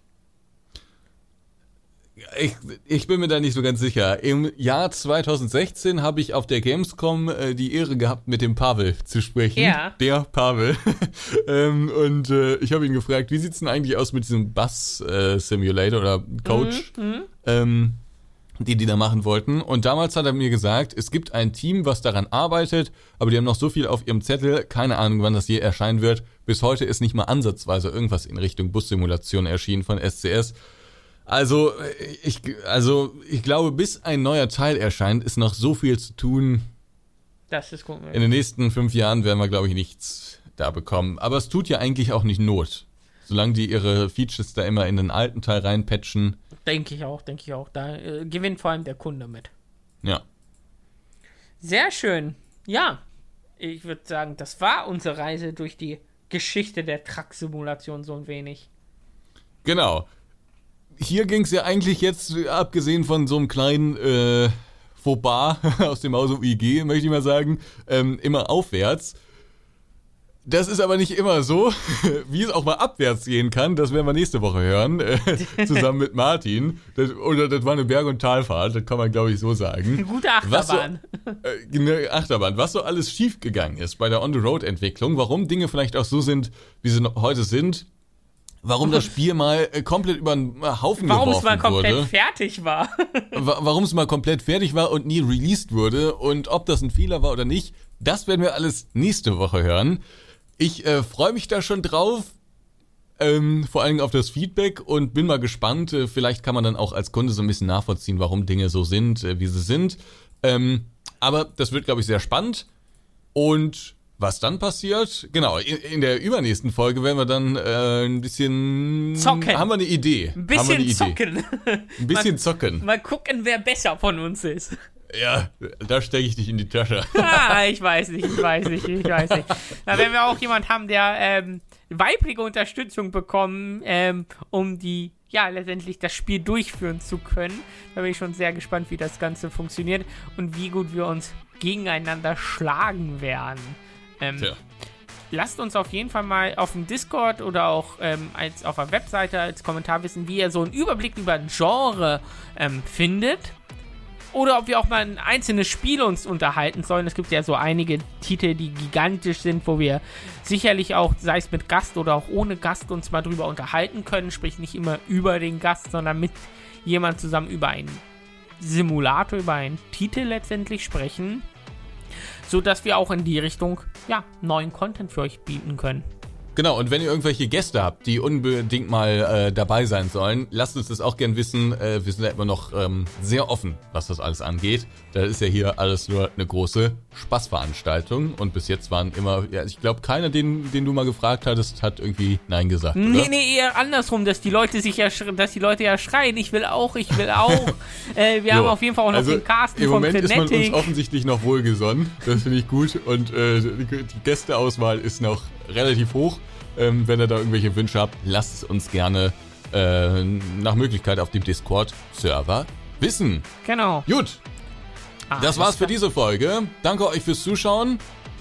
Ich bin mir da nicht so ganz sicher. Im Jahr 2016 habe ich auf der Gamescom die Ehre gehabt, mit dem Pavel zu sprechen. Ja. Der Pavel. Und ich habe ihn gefragt, wie sieht's denn eigentlich aus mit diesem Bus-Simulator oder Coach, die da machen wollten. Und damals hat er mir gesagt, es gibt ein Team, was daran arbeitet, aber die haben noch so viel auf ihrem Zettel, keine Ahnung, wann das je erscheinen wird. Bis heute ist nicht mal ansatzweise irgendwas in Richtung Bus-Simulation erschienen von SCS. Also ich glaube, bis ein neuer Teil erscheint, ist noch so viel zu tun. Das ist gut. In den nächsten 5 Jahren werden wir, glaube ich, nichts da bekommen. Aber es tut ja eigentlich auch nicht Not. Solange die ihre Features da immer in den alten Teil reinpatchen. Denke ich auch. Da gewinnt vor allem der Kunde mit. Ja. Sehr schön. Ja, ich würde sagen, das war unsere Reise durch die Geschichte der Truck-Simulation so ein wenig. Genau. Hier ging es ja eigentlich jetzt, abgesehen von so einem kleinen Fauxpas aus dem Hause UIG, möchte ich mal sagen, immer aufwärts. Das ist aber nicht immer so, wie es auch mal abwärts gehen kann. Das werden wir nächste Woche hören, zusammen mit Martin. Das war eine Berg- und Talfahrt, das kann man, glaube ich, so sagen. Eine gute Achterbahn. Eine Achterbahn. Was so alles schiefgegangen ist bei der On-the-Road-Entwicklung, warum Dinge vielleicht auch so sind, wie sie heute sind. Warum das Spiel mal komplett über einen Haufen geworfen wurde. Warum es mal komplett fertig war. Warum es mal komplett fertig war und nie released wurde und ob das ein Fehler war oder nicht, das werden wir alles nächste Woche hören. Ich freue mich da schon drauf, vor allem auf das Feedback und bin mal gespannt. Vielleicht kann man dann auch als Kunde so ein bisschen nachvollziehen, warum Dinge so sind, wie sie sind. Aber das wird, glaube ich, sehr spannend. Und was dann passiert? Genau, in der übernächsten Folge werden wir dann ein bisschen zocken. Haben wir eine Idee. Ein bisschen zocken. Ein bisschen zocken. Mal gucken, wer besser von uns ist. Ja, da stecke ich dich in die Tasche. Ich weiß nicht. Na, wenn wir auch jemand haben, der weibliche Unterstützung bekommen, um letztendlich das Spiel durchführen zu können, da bin ich schon sehr gespannt, wie das Ganze funktioniert und wie gut wir uns gegeneinander schlagen werden. Lasst uns auf jeden Fall mal auf dem Discord oder auch als auf der Webseite als Kommentar wissen, wie ihr so einen Überblick über ein Genre findet. Oder ob wir auch mal ein einzelnes Spiel uns unterhalten sollen. Es gibt ja so einige Titel, die gigantisch sind, wo wir sicherlich auch, sei es mit Gast oder auch ohne Gast, uns mal drüber unterhalten können. Sprich nicht immer über den Gast, sondern mit jemand zusammen über einen Simulator, über einen Titel letztendlich sprechen. Sodass wir auch in die Richtung, neuen Content für euch bieten können. Genau, und wenn ihr irgendwelche Gäste habt, die unbedingt mal dabei sein sollen, lasst uns das auch gern wissen. Wir sind ja immer noch sehr offen, was das alles angeht. Da ist ja hier alles nur eine große Spaßveranstaltung. Und bis jetzt waren immer, ich glaube, keiner, den du mal gefragt hattest, hat irgendwie Nein gesagt, oder? Nee, eher andersrum, dass die Leute schreien, ich will auch. Wir haben auf jeden Fall auch noch den Carsten von Frenetic. Im Moment ist man uns offensichtlich noch wohlgesonnen. Das finde ich gut. Und die Gästeauswahl ist noch relativ hoch. Wenn ihr da irgendwelche Wünsche habt, lasst es uns gerne nach Möglichkeit auf dem Discord-Server wissen. Genau. Gut. Das war's für diese Folge. Danke euch fürs Zuschauen.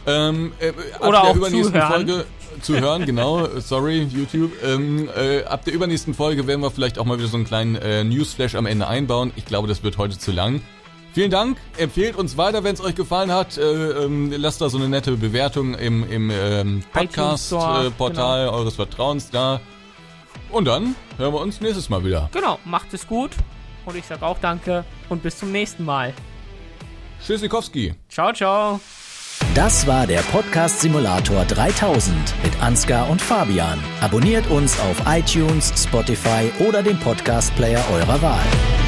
Oder auch zuhören, genau. Sorry, YouTube. Ab der übernächsten Folge werden wir vielleicht auch mal wieder so einen kleinen Newsflash am Ende einbauen. Ich glaube, das wird heute zu lang. Vielen Dank, empfehlt uns weiter, wenn es euch gefallen hat. Lasst da so eine nette Bewertung im Podcast-Portal eures Vertrauens da. Und dann hören wir uns nächstes Mal wieder. Genau, macht es gut. Und ich sage auch danke und bis zum nächsten Mal. Tschüssikowski. Ciao, ciao. Das war der Podcast Simulator 3000 mit Ansgar und Fabian. Abonniert uns auf iTunes, Spotify oder dem Podcast-Player eurer Wahl.